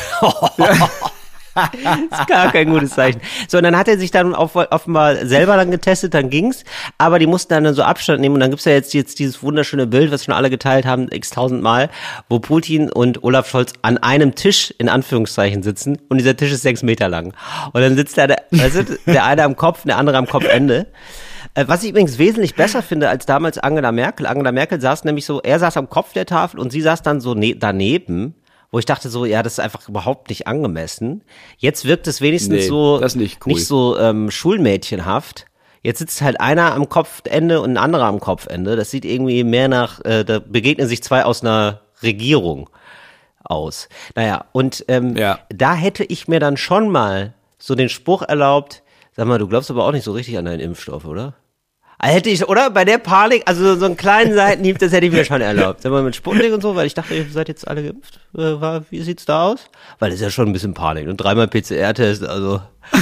Das ist gar kein gutes Zeichen. So, und dann hat er sich dann auf, offenbar selber dann getestet, dann ging's, aber die mussten dann so Abstand nehmen und dann gibt's ja jetzt, jetzt dieses wunderschöne Bild, was schon alle geteilt haben, x tausendmal, wo Putin und Olaf Scholz an einem Tisch, in Anführungszeichen, sitzen und dieser Tisch ist sechs Meter lang. Und dann sitzt da der, weißt du, der eine am Kopf, der andere am Kopfende. Was ich übrigens wesentlich besser finde als damals Angela Merkel. Angela Merkel saß nämlich so, er saß am Kopf der Tafel und sie saß dann so ne- daneben, wo ich dachte so, ja, das ist einfach überhaupt nicht angemessen. Jetzt wirkt es wenigstens nee, so das ist nicht, cool. nicht so ähm, schulmädchenhaft. Jetzt sitzt halt einer am Kopfende und ein anderer am Kopfende. Das sieht irgendwie mehr nach, äh, da begegnen sich zwei aus einer Regierung aus. Naja, und ähm, ja. da hätte ich mir dann schon mal so den Spruch erlaubt, sag mal, du glaubst aber auch nicht so richtig an deinen Impfstoff, oder? Hätte ich, oder? Bei der Panik, also so einen kleinen Seitenhieb, das hätte ich mir schon erlaubt. Sag mal, mit Sputnik und so, weil ich dachte, ihr seid jetzt alle geimpft. Äh, war, wie sieht's da aus? Weil das ist ja schon ein bisschen Panik. Und dreimal P C R-Test, also.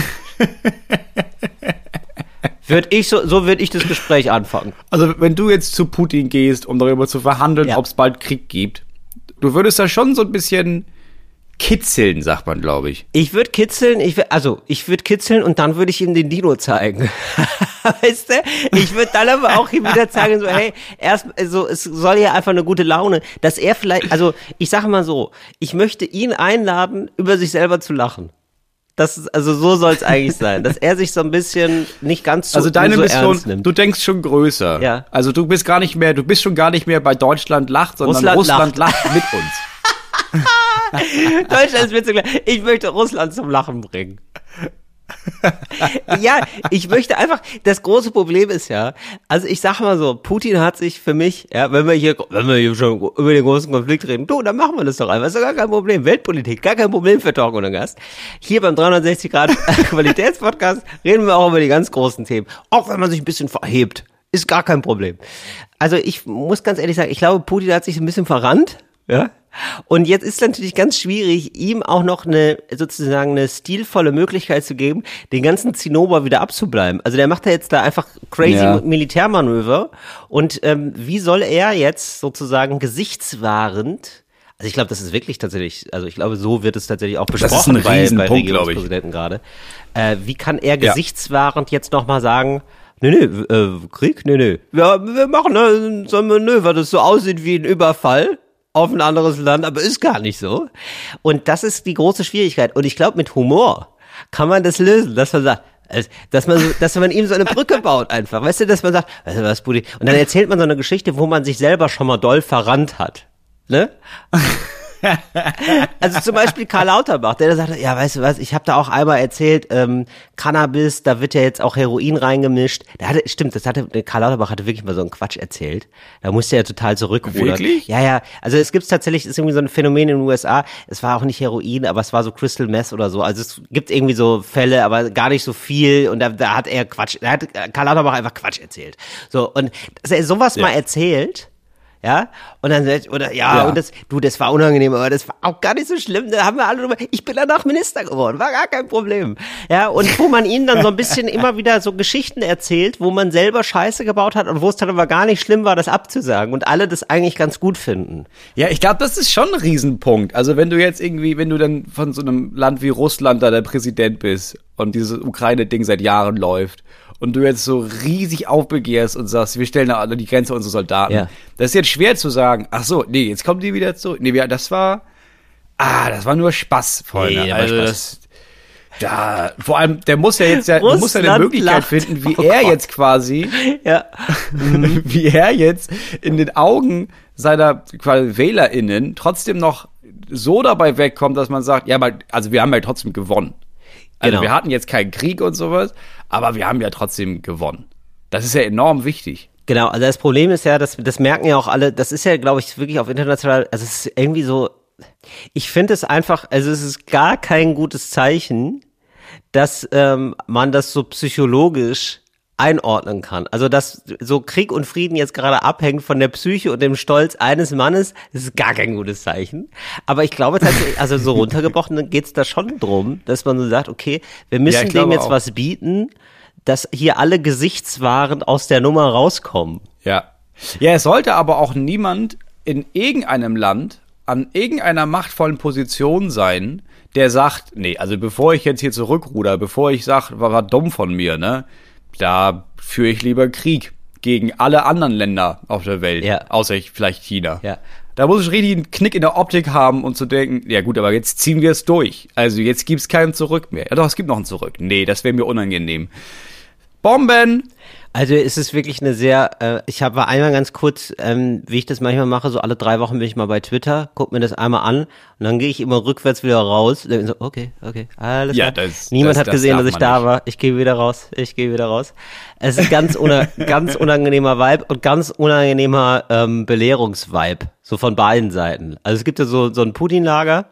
Würde ich so, so würde ich das Gespräch anfangen. Also, wenn du jetzt zu Putin gehst, um darüber zu verhandeln, ja. ob es bald Krieg gibt, du würdest da schon so ein bisschen kitzeln, sagt man, glaube ich. Ich würde kitzeln, ich würd, also ich würde kitzeln und dann würde ich ihm den Dino zeigen. Weißt du? Ich würde dann aber auch ihm wieder zeigen, so, hey, erst, also es soll ja einfach eine gute Laune, dass er vielleicht, also ich sage mal so, ich möchte ihn einladen, über sich selber zu lachen. Das ist, also so soll es eigentlich sein, dass er sich so ein bisschen nicht ganz so, also deine so Mission, ernst nimmt. Du denkst schon größer. Ja. Also du bist gar nicht mehr, du bist schon gar nicht mehr bei Deutschland lacht, sondern Russland, Russland lacht. lacht mit uns. Deutschland ist mir zu klein. Ich möchte Russland zum Lachen bringen. Ja, ich möchte einfach, das große Problem ist ja, also ich sag mal so, Putin hat sich für mich, ja, wenn wir hier, wenn wir hier schon über den großen Konflikt reden, du, dann machen wir das doch einfach, ist doch gar kein Problem, Weltpolitik, gar kein Problem für Talk ohne Gast. Hier beim dreihundertsechzig Grad Qualitätspodcast reden wir auch über die ganz großen Themen, auch wenn man sich ein bisschen verhebt, ist gar kein Problem. Also ich muss ganz ehrlich sagen, ich glaube, Putin hat sich ein bisschen verrannt, ja. Und jetzt ist natürlich ganz schwierig, ihm auch noch eine, sozusagen eine stilvolle Möglichkeit zu geben, den ganzen Zinnober wieder abzubleiben. Also der macht da jetzt da einfach crazy ja. Militärmanöver. Und ähm, wie soll er jetzt sozusagen gesichtswahrend, also ich glaube, das ist wirklich tatsächlich, also ich glaube, so wird es tatsächlich auch besprochen bei, bei Regierungspräsidenten gerade. Äh, wie kann er gesichtswahrend ja. jetzt nochmal sagen, nee, nee, äh, Krieg? Nee, nee. Ja, wir machen ne, so ein Manöver, das so aussieht wie ein Überfall auf ein anderes Land, aber ist gar nicht so. Und das ist die große Schwierigkeit. Und ich glaube, mit Humor kann man das lösen, dass man sagt, dass man, so, dass man ihm so eine Brücke baut einfach. Weißt du, dass man sagt, weißt du was, Buddy? Und dann erzählt man so eine Geschichte, wo man sich selber schon mal doll verrannt hat. Ne? Also zum Beispiel Karl Lauterbach, der da sagte, ja, weißt du was, ich habe da auch einmal erzählt, ähm, Cannabis, da wird ja jetzt auch Heroin reingemischt. Der hatte, stimmt, das hatte, Karl Lauterbach hatte wirklich mal so einen Quatsch erzählt. Da musste er total zurückrudern. Wirklich? Ja, ja, also es gibt tatsächlich, ist irgendwie so ein Phänomen in den U S A, es war auch nicht Heroin, aber es war so Crystal Meth oder so. Also es gibt irgendwie so Fälle, aber gar nicht so viel und da, da hat er Quatsch, da hat Karl Lauterbach einfach Quatsch erzählt. So, und dass er sowas ja. mal erzählt, ja, und dann, oder, ja, ja, und das, du, das war unangenehm, aber das war auch gar nicht so schlimm, da haben wir alle drüber, ich bin danach Minister geworden, war gar kein Problem, ja, und wo man ihnen dann so ein bisschen immer wieder so Geschichten erzählt, wo man selber Scheiße gebaut hat und wo es dann aber gar nicht schlimm war, das abzusagen und alle das eigentlich ganz gut finden. Ja, ich glaube, das ist schon ein Riesenpunkt, also wenn du jetzt irgendwie, wenn du dann von so einem Land wie Russland da der Präsident bist und dieses Ukraine-Ding seit Jahren läuft, und du jetzt so riesig aufbegehrst und sagst, wir stellen da an die Grenze unsere Soldaten. Ja. Das ist jetzt schwer zu sagen, ach so, nee, jetzt kommen die wieder zu. Nee, das war, ah, das war nur Spaß, Freunde. Nee, also Spaß. Das, da, vor allem, der muss ja jetzt ja, der muss ja eine Möglichkeit lacht. finden, wie oh er Gott. jetzt quasi, ja. wie er jetzt in den Augen seiner quasi WählerInnen trotzdem noch so dabei wegkommt, dass man sagt, ja, aber, also wir haben ja trotzdem gewonnen. Also genau. Wir hatten jetzt keinen Krieg und sowas, aber wir haben ja trotzdem gewonnen. Das ist ja enorm wichtig. Genau, also das Problem ist ja, das, das merken ja auch alle, das ist ja, glaube ich, wirklich auf international, also es ist irgendwie so, ich finde es einfach, also es ist gar kein gutes Zeichen, dass ähm, man das so psychologisch einordnen kann. Also dass so Krieg und Frieden jetzt gerade abhängt von der Psyche und dem Stolz eines Mannes, das ist gar kein gutes Zeichen. Aber ich glaube tatsächlich, also so runtergebrochen geht es da schon drum, dass man so sagt, okay, wir müssen ja, dem jetzt auch. was bieten, dass hier alle gesichtswahrend aus der Nummer rauskommen. Ja. Ja, es sollte aber auch niemand in irgendeinem Land an irgendeiner machtvollen Position sein, der sagt, nee, also bevor ich jetzt hier zurückruder, bevor ich sage, war, war dumm von mir, ne, da führe ich lieber Krieg gegen alle anderen Länder auf der Welt, ja. außer ich, vielleicht China. Ja. Da muss ich richtig einen Knick in der Optik haben und zu denken, ja gut, aber jetzt ziehen wir es durch. Also jetzt gibt's keinen Zurück mehr. Ja doch, es gibt noch ein Zurück. Nee, das wäre mir unangenehm. Bomben! Also es ist wirklich eine sehr, äh, ich habe einmal ganz kurz, ähm, wie ich das manchmal mache, so alle drei Wochen bin ich mal bei Twitter, guck mir das einmal an und dann gehe ich immer rückwärts wieder raus. Und so, okay, okay, alles ja, klar. das, Niemand das, hat das gesehen, dass ich da nicht. war. Ich gehe wieder raus, ich gehe wieder raus. Es ist ganz una- ganz unangenehmer Vibe und ganz unangenehmer ähm, Belehrungsvibe, so von beiden Seiten. Also es gibt ja so so ein Putin-Lager.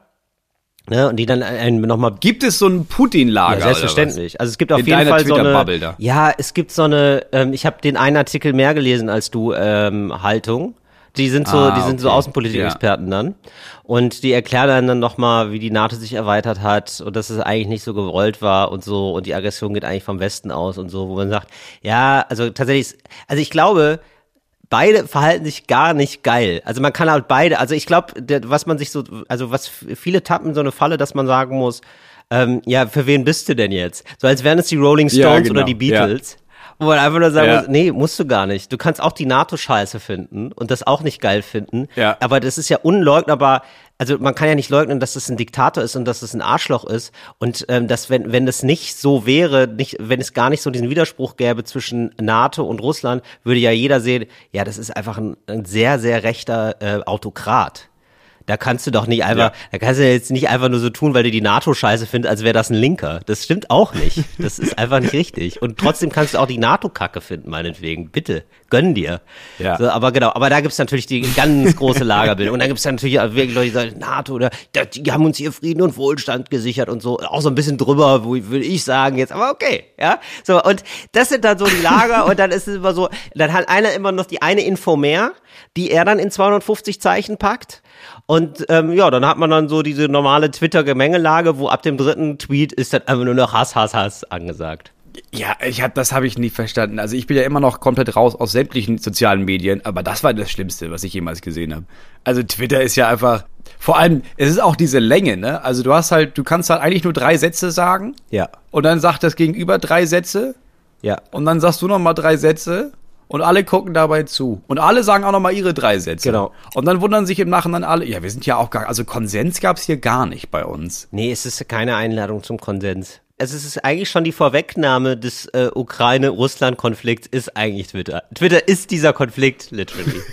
Ne, und die dann einen nochmal. Gibt es so ein Putin-Lager? Ja, selbstverständlich. Also es gibt auf in jeden Fall so eine. Da. Ja, es gibt so eine. Ähm, ich habe den einen Artikel mehr gelesen als du. Ähm, Haltung. Die sind so, ah, die sind okay. so Außenpolitik-Experten ja. dann. Und die erklären dann nochmal, wie die NATO sich erweitert hat und dass es eigentlich nicht so gewollt war und so und die Aggression geht eigentlich vom Westen aus und so, wo man sagt, ja, also tatsächlich, also ich glaube. Beide verhalten sich gar nicht geil. Also man kann halt beide, also ich glaube, was man sich so, also was viele tappen so eine Falle, dass man sagen muss, ähm, ja, für wen bist du denn jetzt? So als wären es die Rolling Stones ja, genau. oder die Beatles. Ja. Wo man einfach nur sagen ja. muss, nee, musst du gar nicht. Du kannst auch die NATO scheiße finden und das auch nicht geil finden. Ja. Aber das ist ja unleugnbar. Also man kann ja nicht leugnen, dass das ein Diktator ist und dass das ein Arschloch ist und ähm, dass wenn wenn das nicht so wäre, nicht wenn es gar nicht so diesen Widerspruch gäbe zwischen NATO und Russland, würde ja jeder sehen, ja, das ist einfach ein, ein sehr sehr rechter äh, Autokrat. Da kannst du doch nicht einfach, ja. da kannst du jetzt nicht einfach nur so tun, weil du die NATO scheiße findest, als wäre das ein Linker. Das stimmt auch nicht. Das ist einfach nicht richtig. Und trotzdem kannst du auch die NATO kacke finden, meinetwegen. Bitte, gönn dir. Ja. So, aber genau, aber da gibt's natürlich die ganz große Lagerbildung. Und dann gibt's natürlich auch wirklich Leute, die sagen, NATO, oder, die haben uns hier Frieden und Wohlstand gesichert und so. Auch so ein bisschen drüber, wo würde ich sagen jetzt, aber okay, ja. So, und das sind dann so die Lager und dann ist es immer so, dann hat einer immer noch die eine Info mehr, die er dann in zweihundertfünfzig Zeichen packt. Und ähm, ja, dann hat man dann so diese normale Twitter-Gemengelage, wo ab dem dritten Tweet ist dann einfach nur noch Hass, Hass, Hass angesagt. Ja, ich hab, das habe ich nie verstanden. Also ich bin ja immer noch komplett raus aus sämtlichen sozialen Medien, aber das war das Schlimmste, was ich jemals gesehen habe. Also Twitter ist ja einfach, vor allem, es ist auch diese Länge, ne? Also du hast halt, du kannst halt eigentlich nur drei Sätze sagen. Ja. Und dann sagt das Gegenüber drei Sätze. Ja. Und dann sagst du noch mal drei Sätze. Und alle gucken dabei zu. Und alle sagen auch nochmal ihre drei Sätze. Genau. Und dann wundern sich im Nachhinein alle, ja, wir sind ja auch gar, also Konsens gab's hier gar nicht bei uns. Nee, es ist keine Einladung zum Konsens. Es ist eigentlich schon die Vorwegnahme des äh, Ukraine-Russland-Konflikts ist eigentlich Twitter. Twitter ist dieser Konflikt, literally.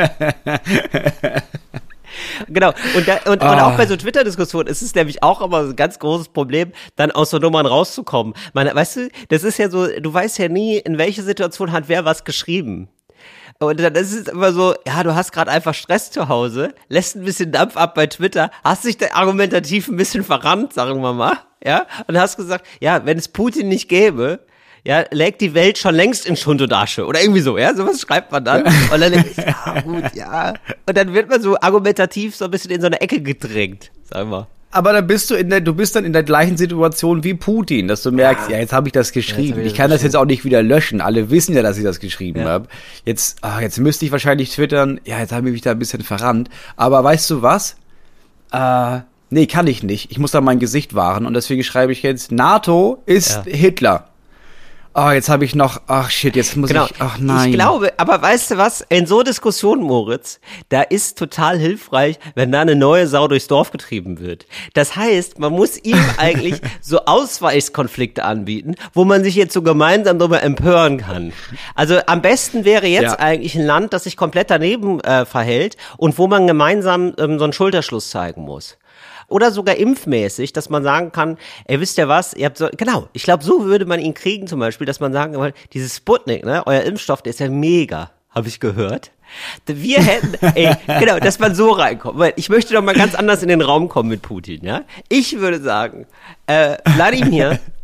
Genau, und, da, und, ah. und auch bei so Twitter-Diskussionen ist es nämlich auch immer ein ganz großes Problem, dann aus so Nummern rauszukommen. Man, weißt du, das ist ja so, du weißt ja nie, in welche Situation hat wer was geschrieben. Und dann ist es immer so, ja, du hast gerade einfach Stress zu Hause, lässt ein bisschen Dampf ab bei Twitter, hast dich da argumentativ ein bisschen verrannt, sagen wir mal, ja, und hast gesagt, ja, wenn es Putin nicht gäbe, ja, lägt die Welt schon längst in Schund und Asche oder irgendwie so, ja, sowas schreibt man dann und dann denke ich, ja, gut, ja, und dann wird man so argumentativ so ein bisschen in so eine Ecke gedrängt, sagen wir. Aber dann bist du in der, du bist dann in der gleichen Situation wie Putin, dass du merkst, ja, ja jetzt habe ich das geschrieben. Ja, ich, ich kann das jetzt auch nicht wieder löschen. Alle wissen ja, dass ich das geschrieben ja. habe. Jetzt, ach, jetzt müsste ich wahrscheinlich twittern, ja, jetzt habe ich mich da ein bisschen verrannt. Aber weißt du was? Äh, nee, kann ich nicht. Ich muss da mein Gesicht wahren und deswegen schreibe ich jetzt, NATO ist ja. Hitler. Oh, jetzt habe ich noch, ach shit, jetzt muss genau. ich, ach nein. Ich glaube, aber weißt du was, in so Diskussionen, Moritz, da ist total hilfreich, wenn da eine neue Sau durchs Dorf getrieben wird. Das heißt, man muss ihm eigentlich so Ausweichskonflikte anbieten, wo man sich jetzt so gemeinsam darüber empören kann. Also am besten wäre jetzt ja. eigentlich ein Land, das sich komplett daneben äh, verhält und wo man gemeinsam ähm, so einen Schulterschluss zeigen muss. Oder sogar impfmäßig, dass man sagen kann, ey, wisst ihr was, ihr habt so, genau, ich glaube, so würde man ihn kriegen zum Beispiel, dass man sagen kann, dieses Sputnik, ne, euer Impfstoff, der ist ja mega, habe ich gehört. Wir hätten, ey, genau, dass man so reinkommt, weil ich möchte doch mal ganz anders in den Raum kommen mit Putin, ja. Ich würde sagen, äh, Wladimir,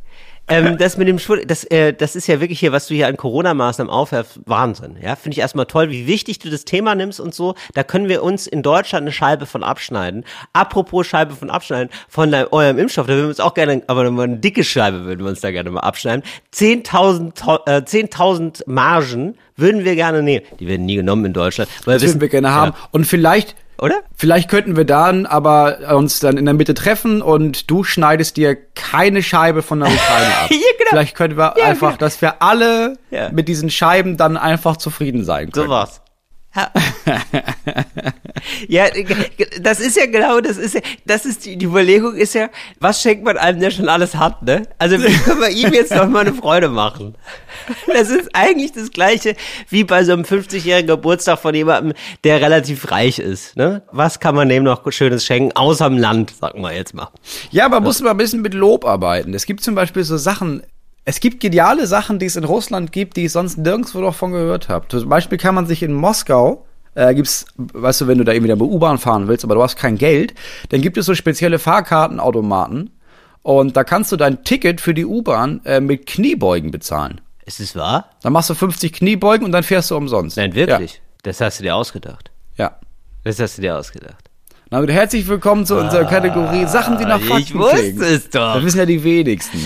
ähm, das mit dem Schwul, das, äh, das ist ja wirklich hier, was du hier an Corona-Maßnahmen aufhörst, Wahnsinn. Ja, finde ich erstmal toll, wie wichtig du das Thema nimmst und so. Da können wir uns in Deutschland eine Scheibe von abschneiden. Apropos Scheibe von abschneiden, von deinem, eurem Impfstoff, da würden wir uns auch gerne, aber mal eine dicke Scheibe würden wir uns da gerne mal abschneiden. zehntausend, äh, zehntausend Margen würden wir gerne nehmen. Die werden nie genommen in Deutschland. Weil Das würden wir gerne haben. Ja. Und vielleicht, Oder? vielleicht könnten wir dann aber uns dann in der Mitte treffen und du schneidest dir keine Scheibe von der Ukraine ab. Ja, genau. Vielleicht könnten wir Ja, einfach, genau. dass wir alle Ja. mit diesen Scheiben dann einfach zufrieden sein können. So war's. Ja. Ja, das ist ja genau, das ist ja, das ist die, die Überlegung ist ja, was schenkt man einem, der schon alles hat, ne? Also wie können wir ihm jetzt noch mal eine Freude machen? Das ist eigentlich das Gleiche wie bei so einem fünfzigjährigen Geburtstag von jemandem, der relativ reich ist, ne? Was kann man dem noch Schönes schenken, außer dem Land, sagen wir jetzt mal. Ja, aber muss man ein bisschen mit Lob arbeiten. Es gibt zum Beispiel so Sachen, es gibt geniale Sachen, die es in Russland gibt, die ich sonst nirgendwo davon gehört habe. Zum Beispiel kann man sich in Moskau, äh, gibt's, weißt du, wenn du da irgendwie mit der U-Bahn fahren willst, aber du hast kein Geld, dann gibt es so spezielle Fahrkartenautomaten und da kannst du dein Ticket für die U-Bahn äh, mit Kniebeugen bezahlen. Ist es wahr? Dann machst du fünfzig Kniebeugen und dann fährst du umsonst. Nein, wirklich? Das hast du dir ausgedacht. Ja. ja. Das hast du dir ausgedacht. Na gut, herzlich willkommen zu unserer Kategorie Sachen, die nach Fakten Ich wusste klingen. es doch. Das wissen ja die wenigsten.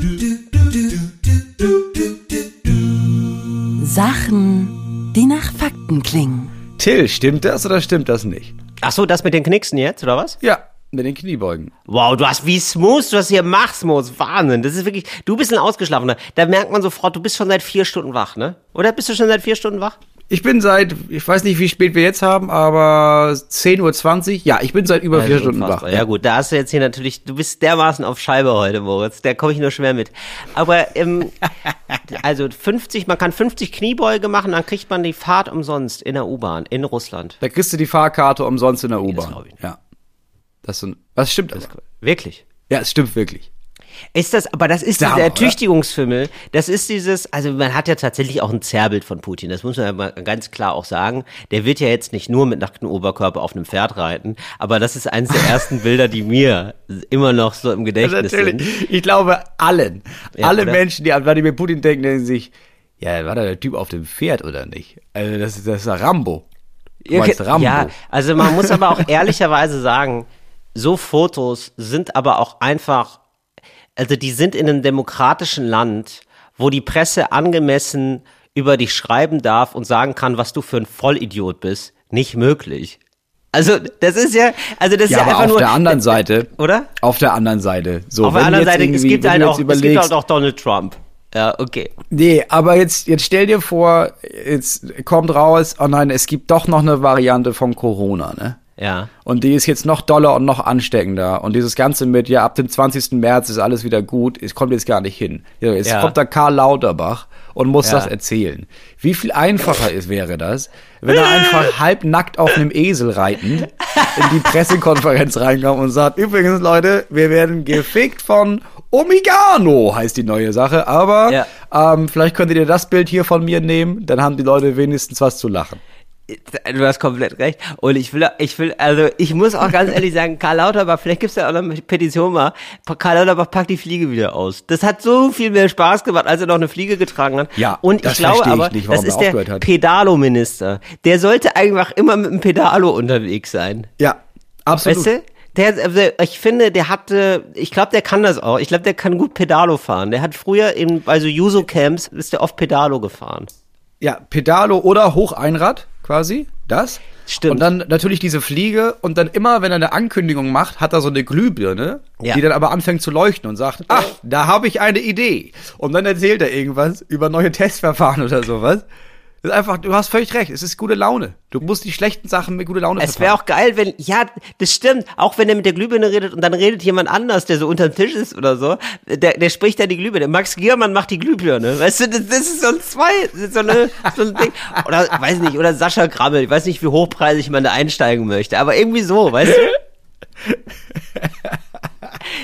Sachen, die nach Fakten klingen. Till, stimmt das oder stimmt das nicht? Ach so, das mit den Knicksen jetzt, oder was? Ja, mit den Kniebeugen. Wow, du hast, wie smooth du das hier machst, Moos. Wahnsinn. Das ist wirklich, du bist ein Ausgeschlafener. Da merkt man sofort, du bist schon seit vier Stunden wach, ne? Oder bist du schon seit vier Stunden wach? Ich bin seit, ich weiß nicht, wie spät wir jetzt haben, aber zehn Uhr zwanzig. Ja, ich bin seit über vier Stunden wach. Ja gut, da hast du jetzt hier natürlich, du bist dermaßen auf Scheibe heute, Moritz. Da komme ich nur schwer mit. Aber, ähm, also fünfzig, man kann fünfzig Kniebeuge machen, dann kriegt man die Fahrt umsonst in der U-Bahn in Russland. Da kriegst du die Fahrkarte umsonst in der das U-Bahn. glaub ich nicht. Ja. Das, sind, das stimmt aber. Wirklich? Ja, es stimmt wirklich. Ist das, aber das ist Der dieser Hammer, Ertüchtigungsfimmel, das ist dieses, also man hat ja tatsächlich auch ein Zerrbild von Putin, das muss man ja mal ganz klar auch sagen. Der wird ja jetzt nicht nur mit nacktem Oberkörper auf einem Pferd reiten, aber das ist eines der ersten Bilder, die mir immer noch so im Gedächtnis Ja, sind. Ich glaube, allen, Ja, alle oder? Menschen, die an Wladimir Putin denken, denken sich, ja, war da der Typ auf dem Pferd oder nicht? Also das ist, das ist Rambo. Du meinst Rambo. Ja, also man muss aber auch ehrlicherweise sagen, so Fotos sind aber auch einfach, also die sind in einem demokratischen Land, wo die Presse angemessen über dich schreiben darf und sagen kann, was du für ein Vollidiot bist, nicht möglich. Also das ist ja, also das Ja, ist ja aber einfach auf nur, der anderen Seite, oder? Auf der anderen Seite. So, Auf der wenn anderen jetzt Seite, es irgendwie- gibt wenn halt du auch, jetzt es gibt überlegst- halt auch Donald Trump. Ja, okay. Nee, aber jetzt, jetzt stell dir vor, jetzt kommt raus, oh nein, es gibt doch noch eine Variante von Corona, ne? Ja. Und die ist jetzt noch doller und noch ansteckender. Und dieses Ganze mit, ja, ab dem zwanzigsten März ist alles wieder gut, es kommt jetzt gar nicht hin. Ja, jetzt Ja. kommt da Karl Lauterbach und muss Ja. das erzählen. Wie viel einfacher ist, wäre das, wenn er einfach halbnackt auf einem Esel reitend in die Pressekonferenz reinkommt und sagt, übrigens, Leute, wir werden gefickt von Omigano, heißt die neue Sache. Aber Ja. ähm, vielleicht könntet ihr das Bild hier von mir nehmen, dann haben die Leute wenigstens was zu lachen. Du hast komplett recht. Und ich will, ich will, also ich muss auch ganz ehrlich sagen, Karl Lauterbach, vielleicht gibt's ja auch noch eine Petition mal, Karl Lauterbach packt die Fliege wieder aus. Das hat so viel mehr Spaß gemacht, als er noch eine Fliege getragen hat. Ja, und das ich glaube verstehe ich aber, nicht, warum das ist er der aufgehört hat. Pedalo-Minister. Der sollte einfach immer mit dem Pedalo unterwegs sein. Ja, absolut. Weißt du? Der, also ich finde, der hatte, ich glaube, der kann das auch. Ich glaube, der kann gut Pedalo fahren. Der hat früher in, bei so Juso-Camps, ist der oft Pedalo gefahren. Ja, Pedalo oder Hocheinrad quasi, das. Stimmt. Und dann natürlich diese Fliege und dann immer, wenn er eine Ankündigung macht, hat er so eine Glühbirne, Ja. die dann aber anfängt zu leuchten und sagt, ach, da habe ich eine Idee. Und dann erzählt er irgendwas über neue Testverfahren oder sowas. Das ist einfach, du hast völlig recht, es ist gute Laune. Du musst die schlechten Sachen mit guter Laune Es wäre auch geil, wenn, ja, das stimmt, auch wenn er mit der Glühbirne redet und dann redet jemand anders, der so unterm Tisch ist oder so, der, der spricht dann die Glühbirne. Max Giermann macht die Glühbirne, weißt du, das, das ist so ein Zwei, das ist so, eine, so ein Ding. Oder, weiß nicht, oder Sascha Grammel, ich weiß nicht, wie hochpreisig man da einsteigen möchte, aber irgendwie so, weißt du?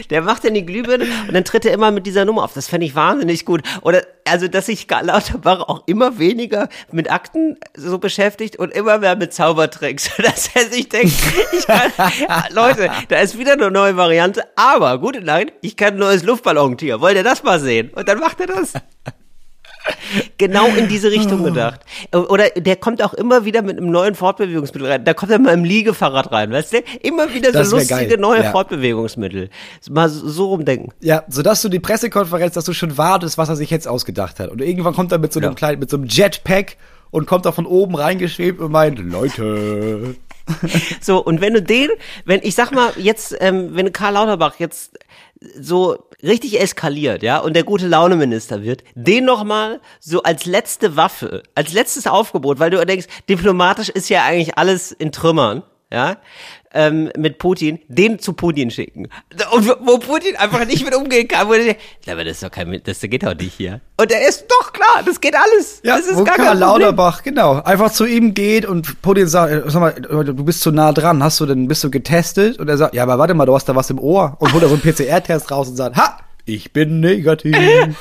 Der macht dann die Glühbirne und dann tritt er immer mit dieser Nummer auf. Das fände ich wahnsinnig gut. Oder, also, dass sich Karl Lauterbach auch immer weniger mit Akten so beschäftigt und immer mehr mit Zaubertricks. Dass er sich denkt, ich kann, ja, Leute, da ist wieder eine neue Variante, aber, gute Nachricht, ich kann ein neues Luftballontier. Wollt ihr das mal sehen? Und dann macht er das. Genau in diese Richtung gedacht. Oder der kommt auch immer wieder mit einem neuen Fortbewegungsmittel rein. Da kommt er mal im Liegefahrrad rein, weißt du? Immer wieder so lustige geil. neue ja. Fortbewegungsmittel. Mal so, so rumdenken. Ja, sodass du die Pressekonferenz, dass du schon wartest, was er sich jetzt ausgedacht hat. Und irgendwann kommt er mit so einem Ja. kleinen, mit so einem Jetpack und kommt da von oben reingeschwebt und meint, Leute. So, und wenn du den, wenn, ich sag mal, jetzt, ähm, wenn Karl Lauterbach jetzt so richtig eskaliert, ja, und der gute Launeminister wird, den nochmal so als letzte Waffe, als letztes Aufgebot, weil du denkst, diplomatisch ist ja eigentlich alles in Trümmern, ja, ähm, mit Putin, den zu Putin schicken. Und wo Putin einfach nicht mit umgehen kann, wo der denkt, aber das ist doch kein, das geht doch nicht hier. Und er ist doch klar, das geht alles. Ja, das ist wo gar Karl kein Problem. Lauterbach, genau, einfach zu ihm geht und Putin sagt, äh, sag mal, du bist zu nah dran, hast du denn, bist du getestet? Und er sagt, ja, aber warte mal, du hast da was im Ohr. Und holt er so einen P C R-Test raus und sagt, ha, ich bin negativ.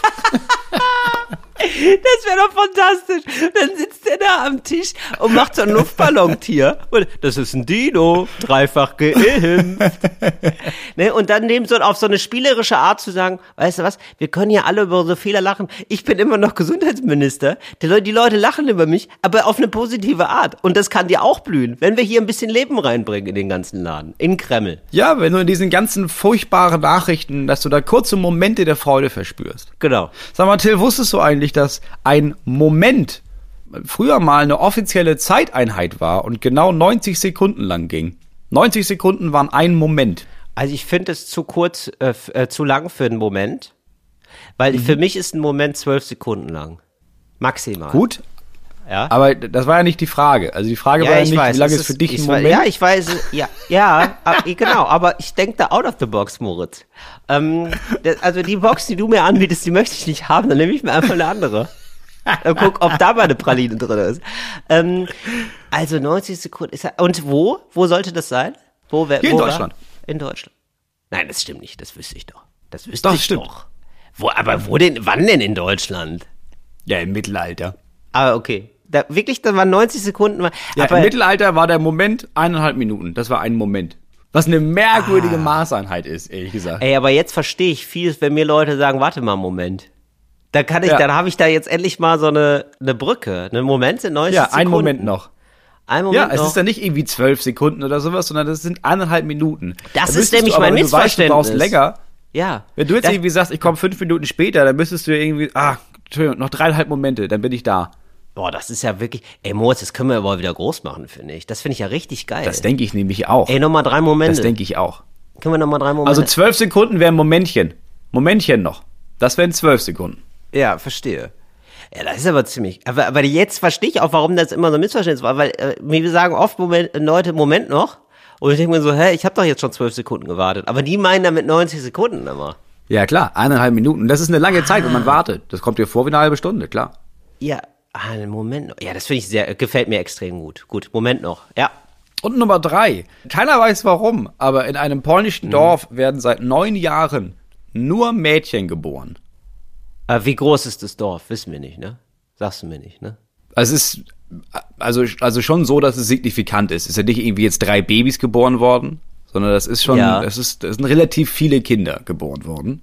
Das wäre doch fantastisch. Dann sitzt er da am Tisch und macht so ein Luftballontier. Und das ist ein Dino, dreifach geimpft. Ne? Und dann neben so auf so eine spielerische Art zu sagen, weißt du was, wir können ja alle über so Fehler lachen. Ich bin immer noch Gesundheitsminister. Die Leute, die Leute lachen über mich, aber auf eine positive Art. Und das kann dir auch blühen, wenn wir hier ein bisschen Leben reinbringen in den ganzen Laden, in Kreml. Ja, wenn du in diesen ganzen furchtbaren Nachrichten, dass du da kurze Momente der Freude verspürst. Genau. Sag mal, Till, wusstest du eigentlich, dass ein Moment früher mal eine offizielle Zeiteinheit war und genau neunzig Sekunden lang ging? neunzig Sekunden waren ein Moment. Also ich finde es zu kurz, äh, f- äh, zu lang für einen Moment, weil Mhm. für mich ist ein Moment zwölf Sekunden lang. Maximal. Gut, Ja. aber das war ja nicht die Frage. Also die Frage war ja nicht, wie lange ist für dich ein ich Moment? Weiß, ja, ich weiß, ja, ja, ab- genau, aber ich denke da out of the box, Moritz. Ähm, das, also die Box, die du mir anbietest, die möchte ich nicht haben, dann nehme ich mir einfach eine andere. Dann guck, ob da mal eine Praline drin ist. Ähm, also neunzig Sekunden. Ist ja, und wo? Wo sollte das sein? Wo, wer, Hier in wo war- Deutschland. In Deutschland. Nein, das stimmt nicht, das wüsste ich doch. Das wüsste Doch, ich stimmt. doch. Wo, aber wo denn, wann denn in Deutschland? Ja, im Mittelalter. Ah, okay. Da, wirklich, da waren neunzig Sekunden. Ja, aber im Mittelalter war der Moment eineinhalb Minuten. Das war ein Moment. Was eine merkwürdige Ah. Maßeinheit ist, ehrlich gesagt. Ey, aber jetzt verstehe ich vieles, wenn mir Leute sagen, warte mal einen Moment. Da kann ich, Ja. dann habe ich da jetzt endlich mal so eine, eine Brücke. Einen Moment sind neunzig Ja, Sekunden. einen Moment noch. Ein Moment Ja, es noch. ist dann nicht irgendwie zwölf Sekunden oder sowas, sondern das sind eineinhalb Minuten. Das Da ist müsstest nämlich du aber, mein wenn du weißt, du brauchst Missverständnis. länger. Ja. Wenn du jetzt Das- irgendwie sagst, ich komme fünf Minuten später, dann müsstest du ja irgendwie, ah, Entschuldigung, noch dreieinhalb Momente, dann bin ich da. Boah, das ist ja wirklich, ey Moritz, das können wir aber wieder groß machen, finde ich. Das finde ich ja richtig geil. Das denke ich nämlich auch. Ey, nochmal drei Momente. Das denke ich auch. Können wir nochmal drei Momente? Also zwölf Sekunden wären Momentchen. Momentchen noch. Das wären zwölf Sekunden. Ja, verstehe. Ja, das ist aber ziemlich. Aber, aber jetzt verstehe ich auch, warum das immer so ein Missverständnis war, weil äh, wir sagen oft Moment, äh, Leute, Moment noch. Und ich denke mir so, hä, ich habe doch jetzt schon zwölf Sekunden gewartet. Aber die meinen damit neunzig Sekunden immer. Ja, klar, eineinhalb Minuten. Das ist eine lange Zeit, wenn man wartet. Das kommt dir vor wie eine halbe Stunde, klar. Ja, ah, einen Moment noch. Ja, das finde ich sehr, gefällt mir extrem gut. Gut, Moment noch. Ja. Und Nummer drei. Keiner weiß warum, aber in einem polnischen Dorf werden seit neun Jahren nur Mädchen geboren. Äh, wie groß ist das Dorf? Wissen wir nicht, ne? Sagst du mir nicht, ne? Also es ist also, also schon so, dass es signifikant ist. Es ist ja nicht irgendwie jetzt drei Babys geboren worden, sondern das ist schon, Ja. das ist, das sind relativ viele Kinder geboren worden.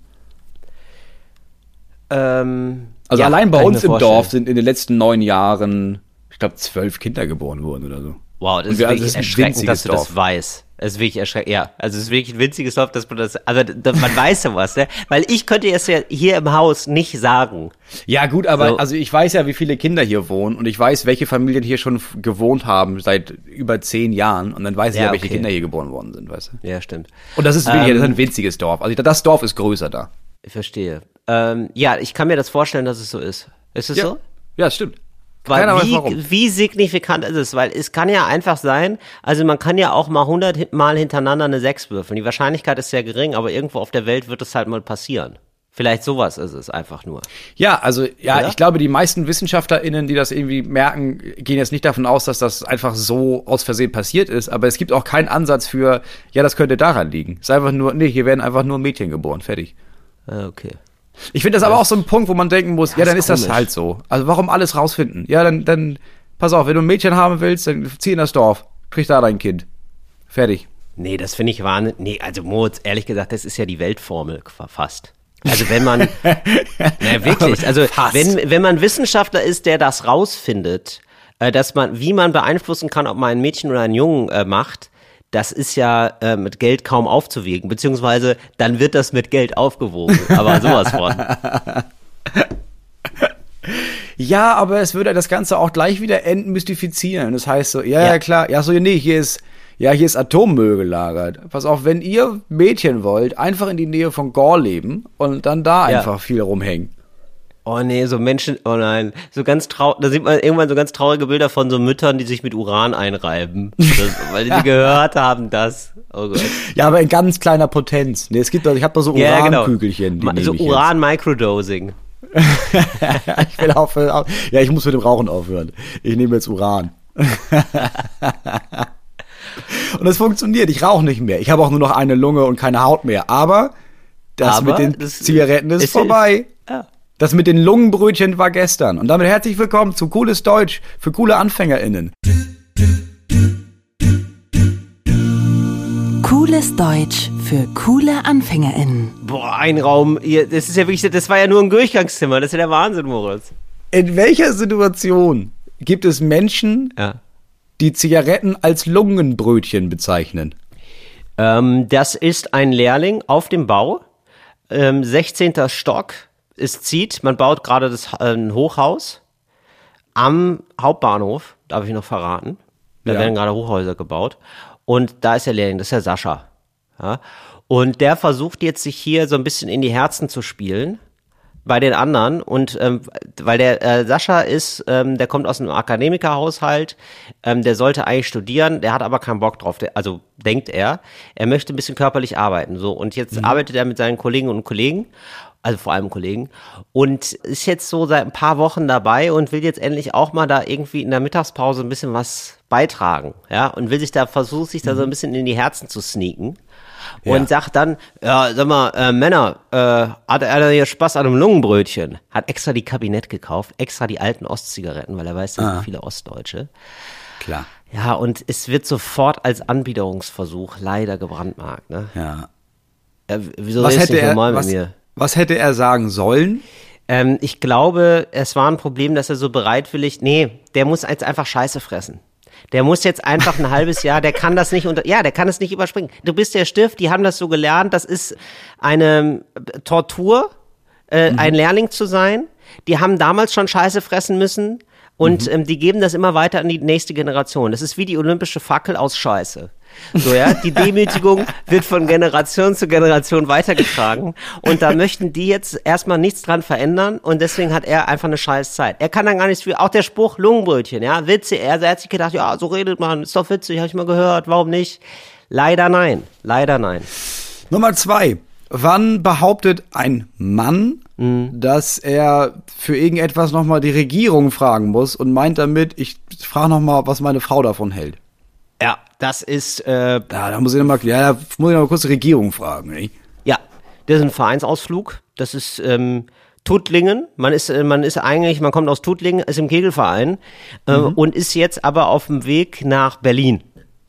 Ähm, Also ja, allein bei kann ich uns mir im vorstellen. Dorf sind in den letzten neun Jahren, ich glaube, zwölf Kinder geboren worden oder so. Wow, das Und ist wir- also wirklich es ist ein erschreckend, winziges dass du das Dorf. weißt. Es ist wirklich erschreckend, ja. Also es ist wirklich ein winziges Dorf, dass man das, also da, man weiß ja was, ne? Weil ich könnte es ja hier im Haus nicht sagen. Ja gut, aber So. also ich weiß ja, wie viele Kinder hier wohnen und ich weiß, welche Familien hier schon f- gewohnt haben seit über zehn Jahren und dann weiß ich Ja, ja, welche okay. Kinder hier geboren worden sind, weißt du. Ja, stimmt. Und das ist wirklich, Ähm, das ist ein winziges Dorf. Also ich, das Dorf ist größer da. Ich verstehe. Ähm, ja, ich kann mir das vorstellen, dass es so ist. Ist es Ja, so? ja, das stimmt. Weil Keiner weiß wie, warum. wie signifikant ist es? Weil es kann ja einfach sein, also man kann ja auch mal hundert Mal hintereinander eine sechs würfeln. Die Wahrscheinlichkeit ist sehr gering, aber irgendwo auf der Welt wird es halt mal passieren. Vielleicht sowas ist es einfach nur. Ja, also ja, Oder? ich glaube, die meisten WissenschaftlerInnen, die das irgendwie merken, gehen jetzt nicht davon aus, dass das einfach so aus Versehen passiert ist, aber es gibt auch keinen Ansatz für, ja, das könnte daran liegen. Es ist einfach nur, nee, hier werden einfach nur Mädchen geboren, fertig. Ah, okay. Ich finde das aber auch so ein Punkt, wo man denken muss, ja, ja dann ist, ist das halt so. Also warum alles rausfinden? Ja, dann, dann, pass auf, wenn du ein Mädchen haben willst, dann zieh in das Dorf, krieg da dein Kind. Fertig. Nee, das finde ich wahnsinnig. Nee, also Moritz, ehrlich gesagt, das ist ja die Weltformel fast. Also wenn man, na wirklich, also wenn, wenn man Wissenschaftler ist, der das rausfindet, äh, dass man, wie man beeinflussen kann, ob man ein Mädchen oder einen Jungen äh, macht, das ist ja äh, mit Geld kaum aufzuwiegen, beziehungsweise dann wird das mit Geld aufgewogen, aber sowas von. Ja, aber es würde das Ganze auch gleich wieder entmystifizieren. Das heißt so, ja, ja, Ja. klar, ja, so, nee, hier ist, ja, hier ist Atommüll gelagert. Pass auf, wenn ihr Mädchen wollt, einfach in die Nähe von Gore leben und dann da Ja. einfach viel rumhängen. Oh nee, so Menschen, oh nein, so ganz traurig, da sieht man irgendwann so ganz traurige Bilder von so Müttern, die sich mit Uran einreiben, das, weil die gehört haben, das, oh Gott. Ja, aber in ganz kleiner Potenz. Nee, es gibt doch, ich habe da so Ja, genau. Urankügelchen. die Ma- nehme So ich Uran-Microdosing. jetzt. Ich will aufhören. Ja, ich muss mit dem Rauchen aufhören. Ich nehme jetzt Uran. Und es funktioniert. Ich rauche nicht mehr. Ich habe auch nur noch eine Lunge und keine Haut mehr. Aber das Aber mit den das- Zigaretten ist, es vorbei. Ja. Das mit den Lungenbrötchen war gestern. Und damit herzlich willkommen zu Cooles Deutsch für coole AnfängerInnen. Cooles Deutsch für coole AnfängerInnen. Boah, ein Raum, ihr, das ist ja wirklich, das war ja nur ein Durchgangszimmer, das ist ja der Wahnsinn, Moritz. In welcher Situation gibt es Menschen, Ja. die Zigaretten als Lungenbrötchen bezeichnen? Ähm, das ist ein Lehrling auf dem Bau, ähm, sechzehnter Stock, es zieht, man baut gerade das äh, ein Hochhaus am Hauptbahnhof, darf ich noch verraten. Da Ja. werden gerade Hochhäuser gebaut und da ist der Lehrling, das ist der Sascha. Ja? Und der versucht jetzt sich hier so ein bisschen in die Herzen zu spielen bei den anderen und ähm, weil der äh, Sascha ist, ähm, der kommt aus einem Akademikerhaushalt, ähm, der sollte eigentlich studieren, der hat aber keinen Bock drauf, der, also denkt er, er möchte ein bisschen körperlich arbeiten, so und jetzt arbeitet er mit seinen Kolleginnen und Kollegen, also vor allem Kollegen und ist jetzt so seit ein paar Wochen dabei und will jetzt endlich auch mal da irgendwie in der Mittagspause ein bisschen was beitragen, ja, und will sich da, versucht sich da so ein bisschen in die Herzen zu sneaken. Und Ja. sagt dann, ja, sag mal, äh, Männer, äh, hat er hier Spaß an einem Lungenbrötchen? Hat extra die Kabinett gekauft, extra die alten Ostzigaretten, weil er weiß, da sind viele Ostdeutsche. Klar. Ja, und es wird sofort als Anbiederungsversuch leider gebrandmarkt, ne? Ja. Äh, wieso Was redest du hätte, nicht er, normal mit was, mir? was hätte er sagen sollen? Ähm, ich glaube, es war ein Problem, dass er so bereitwillig, nee, der muss jetzt einfach Scheiße fressen. Der muss jetzt einfach ein halbes Jahr, der kann das nicht unter, ja, der kann es nicht überspringen. Du bist der Stift, die haben das so gelernt, das ist eine Tortur, äh, mhm. ein Lehrling zu sein. Die haben damals schon Scheiße fressen müssen und mhm. ähm, die geben das immer weiter an die nächste Generation. Das ist wie die olympische Fackel aus Scheiße. So, ja, die Demütigung wird von Generation zu Generation weitergetragen und da möchten die jetzt erstmal nichts dran verändern und deswegen hat er einfach eine scheiß Zeit. Er kann dann gar nichts für, auch der Spruch Lungenbrötchen, ja, witzig, er, er hat sich gedacht, ja, so redet man, ist doch witzig, habe ich mal gehört, warum nicht? Leider nein, leider nein. Nummer zwei. Wann behauptet ein Mann, mhm. dass er für irgendetwas nochmal die Regierung fragen muss und meint damit, ich frage nochmal, was meine Frau davon hält? Ja, das ist, äh, Ja, da muss ich nochmal, ja, da muss ich noch mal kurz die Regierung fragen, nicht? Ja, das ist ein Vereinsausflug. Das ist ähm, Tuttlingen. Man ist, äh, man ist eigentlich, man kommt aus Tuttlingen, ist im Kegelverein äh, mhm. und ist jetzt aber auf dem Weg nach Berlin.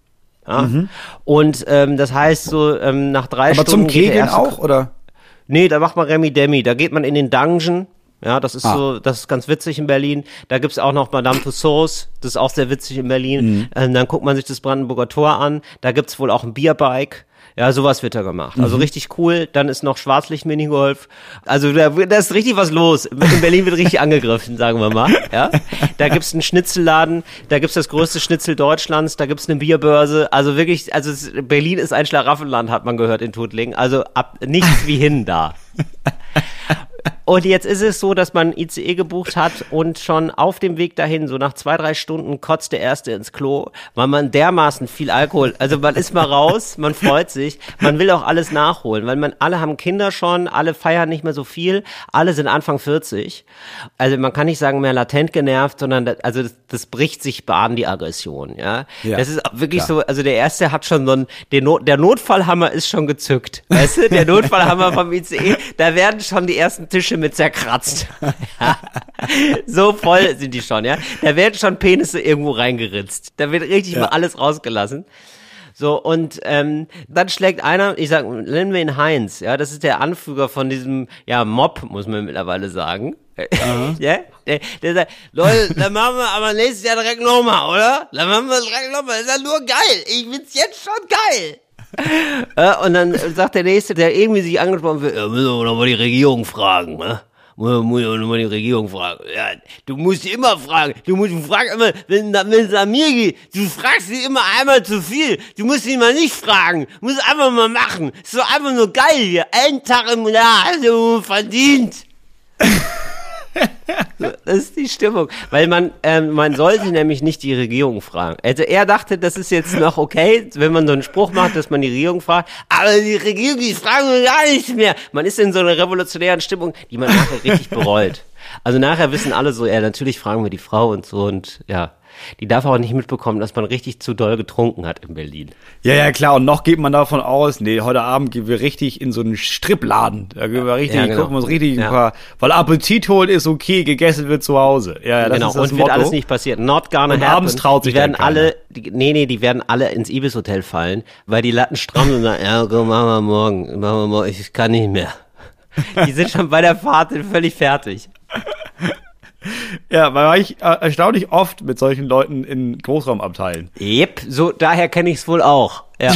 Ja? Mhm. Und ähm, das heißt so ähm, nach drei aber Stunden. Aber zum Kegeln auch, oder? Nee, da macht man Remi Demi. Da geht man in den Dungeon. Ja, das ist ah. so, das ist ganz witzig in Berlin. Da gibt's auch noch Madame Tussauds, das ist auch sehr witzig in Berlin. Mhm. Ähm, dann guckt man sich das Brandenburger Tor an. Da gibt's wohl auch ein Bierbike. Ja, sowas wird da gemacht. Also mhm. richtig cool. Dann ist noch Schwarzlicht-Minigolf. Also da, da ist richtig was los. In Berlin wird richtig angegriffen, sagen wir mal. Ja, da gibt's einen Schnitzelladen. Da gibt's das größte Schnitzel Deutschlands. Da gibt's eine Bierbörse. Also wirklich, also es, Berlin ist ein Schlaraffenland, hat man gehört in Tuttlingen. Also ab nichts wie hin da. Und jetzt ist es so, dass man I C E gebucht hat und schon auf dem Weg dahin, so nach zwei, drei Stunden kotzt der Erste ins Klo, weil man dermaßen viel Alkohol, also man ist mal raus, man freut sich, man will auch alles nachholen, weil man, alle haben Kinder schon, alle feiern nicht mehr so viel, alle sind Anfang vierzig. Also man kann nicht sagen mehr latent genervt, sondern das, also das, das bricht sich Bahn, die Aggression, ja. ja das ist wirklich klar. so, also der Erste hat schon so ein, der, Not, der Notfallhammer ist schon gezückt, weißt du, der Notfallhammer vom I C E, da werden schon die ersten Tische mit zerkratzt. Ja. So voll sind die schon, ja. Da werden schon Penisse irgendwo reingeritzt. Da wird richtig ja. mal alles rausgelassen. So, und ähm, dann schlägt einer, ich sag, nennen wir ihn Heinz, ja, das ist der Anführer von diesem, ja, Mob, muss man mittlerweile sagen. Uh-huh. Ja, der, der sagt, Leute, dann machen wir aber nächstes Jahr direkt nochmal, oder? Dann machen wir direkt nochmal, das ist ja nur geil, ich find's jetzt schon geil. Ja, und dann sagt der Nächste, der irgendwie sich angesprochen wird, ja, müssen wir nochmal die Regierung fragen, ne? Muss, muss ich auch nochmal die Regierung fragen. Ja, du musst sie immer fragen. Du musst fragen immer, wenn, wenn es an mir geht, du fragst sie immer einmal zu viel. Du musst sie mal nicht fragen. Du musst einfach mal machen. Ist doch einfach nur geil hier. Einen Tag im Jahr hast du verdient. So, das ist die Stimmung, weil man ähm, man sollte nämlich nicht die Regierung fragen. Also er dachte, das ist jetzt noch okay, wenn man so einen Spruch macht, dass man die Regierung fragt, aber die Regierung, die fragen wir gar nichts mehr. Man ist in so einer revolutionären Stimmung, die man nachher richtig bereut. Also nachher wissen alle so, ja, natürlich fragen wir die Frau und so und ja. Die darf auch nicht mitbekommen, dass man richtig zu doll getrunken hat in Berlin. Ja, ja, klar. Und noch geht man davon aus, nee, heute Abend gehen wir richtig in so einen Stripladen. Da gehen wir richtig, ja, genau. gucken wir uns richtig ja. ein paar, weil Appetit holen ist okay, gegessen wird zu Hause. Ja, ja das genau. ist das und Motto. Wird alles nicht passieren. Not gonna happen. Abends traut sich die werden alle, die, nee, nee, die werden alle ins Ibis-Hotel fallen, weil die Latten stramm sind und sagen, ja, komm, machen wir morgen, machen wir morgen, ich kann nicht mehr. Die sind schon bei der Fahrt völlig fertig. Ja, weil war ich äh, erstaunlich oft mit solchen Leuten in Großraumabteilen. Jep, so daher kenne ich es wohl auch. Ja.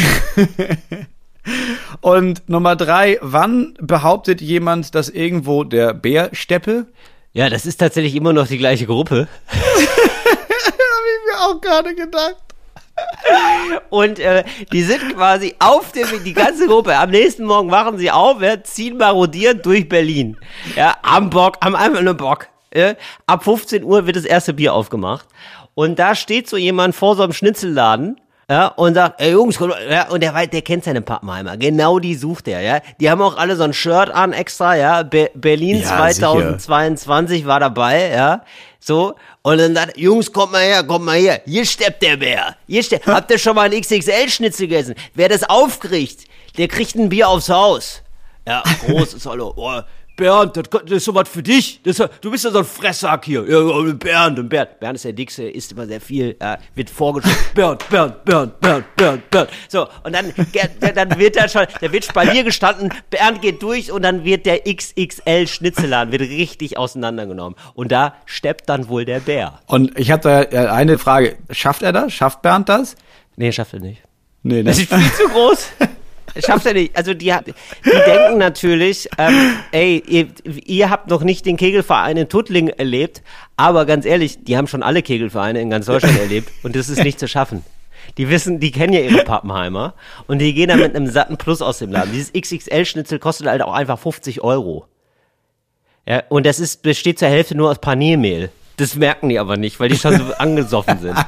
Und Nummer drei, wann behauptet jemand, dass irgendwo der Bär steppe? Ja, das ist tatsächlich immer noch die gleiche Gruppe. Hab ich mir auch gerade gedacht. Und äh, die sind quasi auf dem, die ganze Gruppe, am nächsten Morgen wachen sie auf, ja, ziehen marodierend durch Berlin. Ja, am Bock, haben einfach nur Bock. Ja, ab fünfzehn Uhr wird das erste Bier aufgemacht und da steht so jemand vor so einem Schnitzelladen, ja, und sagt, ey Jungs, komm, ja, und der weiß, der kennt seine Pappenheimer, genau die sucht er, ja, die haben auch alle so ein Shirt an extra, ja, Be- Berlin ja, zweitausendzweiundzwanzig sicher. War dabei, ja, so, und dann sagt, Jungs, kommt mal her, kommt mal her, hier steppt der Bär, hier steppt, habt ihr schon mal einen X X L-Schnitzel gegessen? Wer das aufkriegt, der kriegt ein Bier aufs Haus. Ja, groß ist hallo, oh, Bernd, das, das ist sowas für dich. Das, du bist ja so ein Fresssack hier. Ja, Bernd und Bernd. Bernd ist der Dickste, isst immer sehr viel, äh, wird vorgestellt. Bernd, Bernd, Bernd, Bernd, Bernd, Bernd. So, und dann, dann wird da schon, da wird Spalier gestanden, Bernd geht durch und dann wird der X X L-Schnitzelladen wird richtig auseinandergenommen. Und da steppt dann wohl der Bär. Und ich habe da eine Frage. Schafft er das? Schafft Bernd das? Nee, schafft er nicht. Nee, ne? Das ist viel zu groß. Schafft er nicht. Also die, die denken natürlich, ähm, ey, ihr, ihr habt noch nicht den Kegelverein in Tuttlingen erlebt, aber ganz ehrlich, die haben schon alle Kegelvereine in ganz Deutschland erlebt und das ist nicht zu schaffen. Die wissen, die kennen ja ihre Pappenheimer und die gehen dann mit einem satten Plus aus dem Laden. Dieses X X L-Schnitzel kostet halt auch einfach fünfzig Euro. Ja, und das ist, besteht zur Hälfte nur aus Paniermehl. Das merken die aber nicht, weil die schon so angesoffen sind.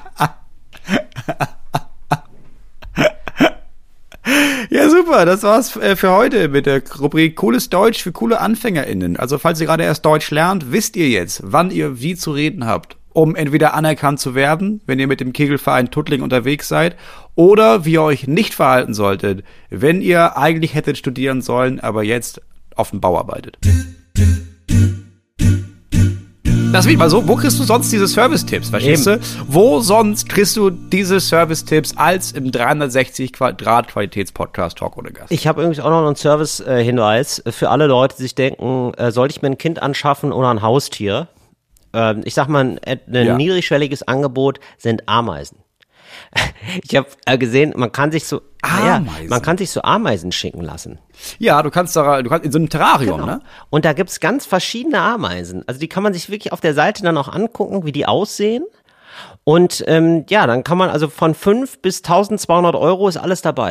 Ja, super, das war's für heute mit der Rubrik Cooles Deutsch für coole AnfängerInnen. Also falls ihr gerade erst Deutsch lernt, wisst ihr jetzt, wann ihr wie zu reden habt, um entweder anerkannt zu werden, wenn ihr mit dem Kegelverein Tuttlingen unterwegs seid, oder wie ihr euch nicht verhalten solltet, wenn ihr eigentlich hättet studieren sollen, aber jetzt auf dem Bau arbeitet. Das wird mal so, wo kriegst du sonst diese Service-Tipps, verstehst du? Wo sonst kriegst du diese Service-Tipps als im dreihundertsechzig Grad Qualitäts-Podcast Talk ohne Gast? Ich habe übrigens auch noch einen Service-Hinweis für alle Leute, die sich denken, äh, sollte ich mir ein Kind anschaffen oder ein Haustier? Ähm, ich sag mal, ein, ein ja. niedrigschwelliges Angebot sind Ameisen. Ich habe äh, gesehen, man kann sich so ja, man kann sich so Ameisen schicken lassen. Ja, du kannst da, du kannst in so einem Terrarium, genau. Ne? Und da gibt's ganz verschiedene Ameisen. Also die kann man sich wirklich auf der Seite dann auch angucken, wie die aussehen. Und ähm, ja, dann kann man also von fünf bis eintausendzweihundert Euro ist alles dabei.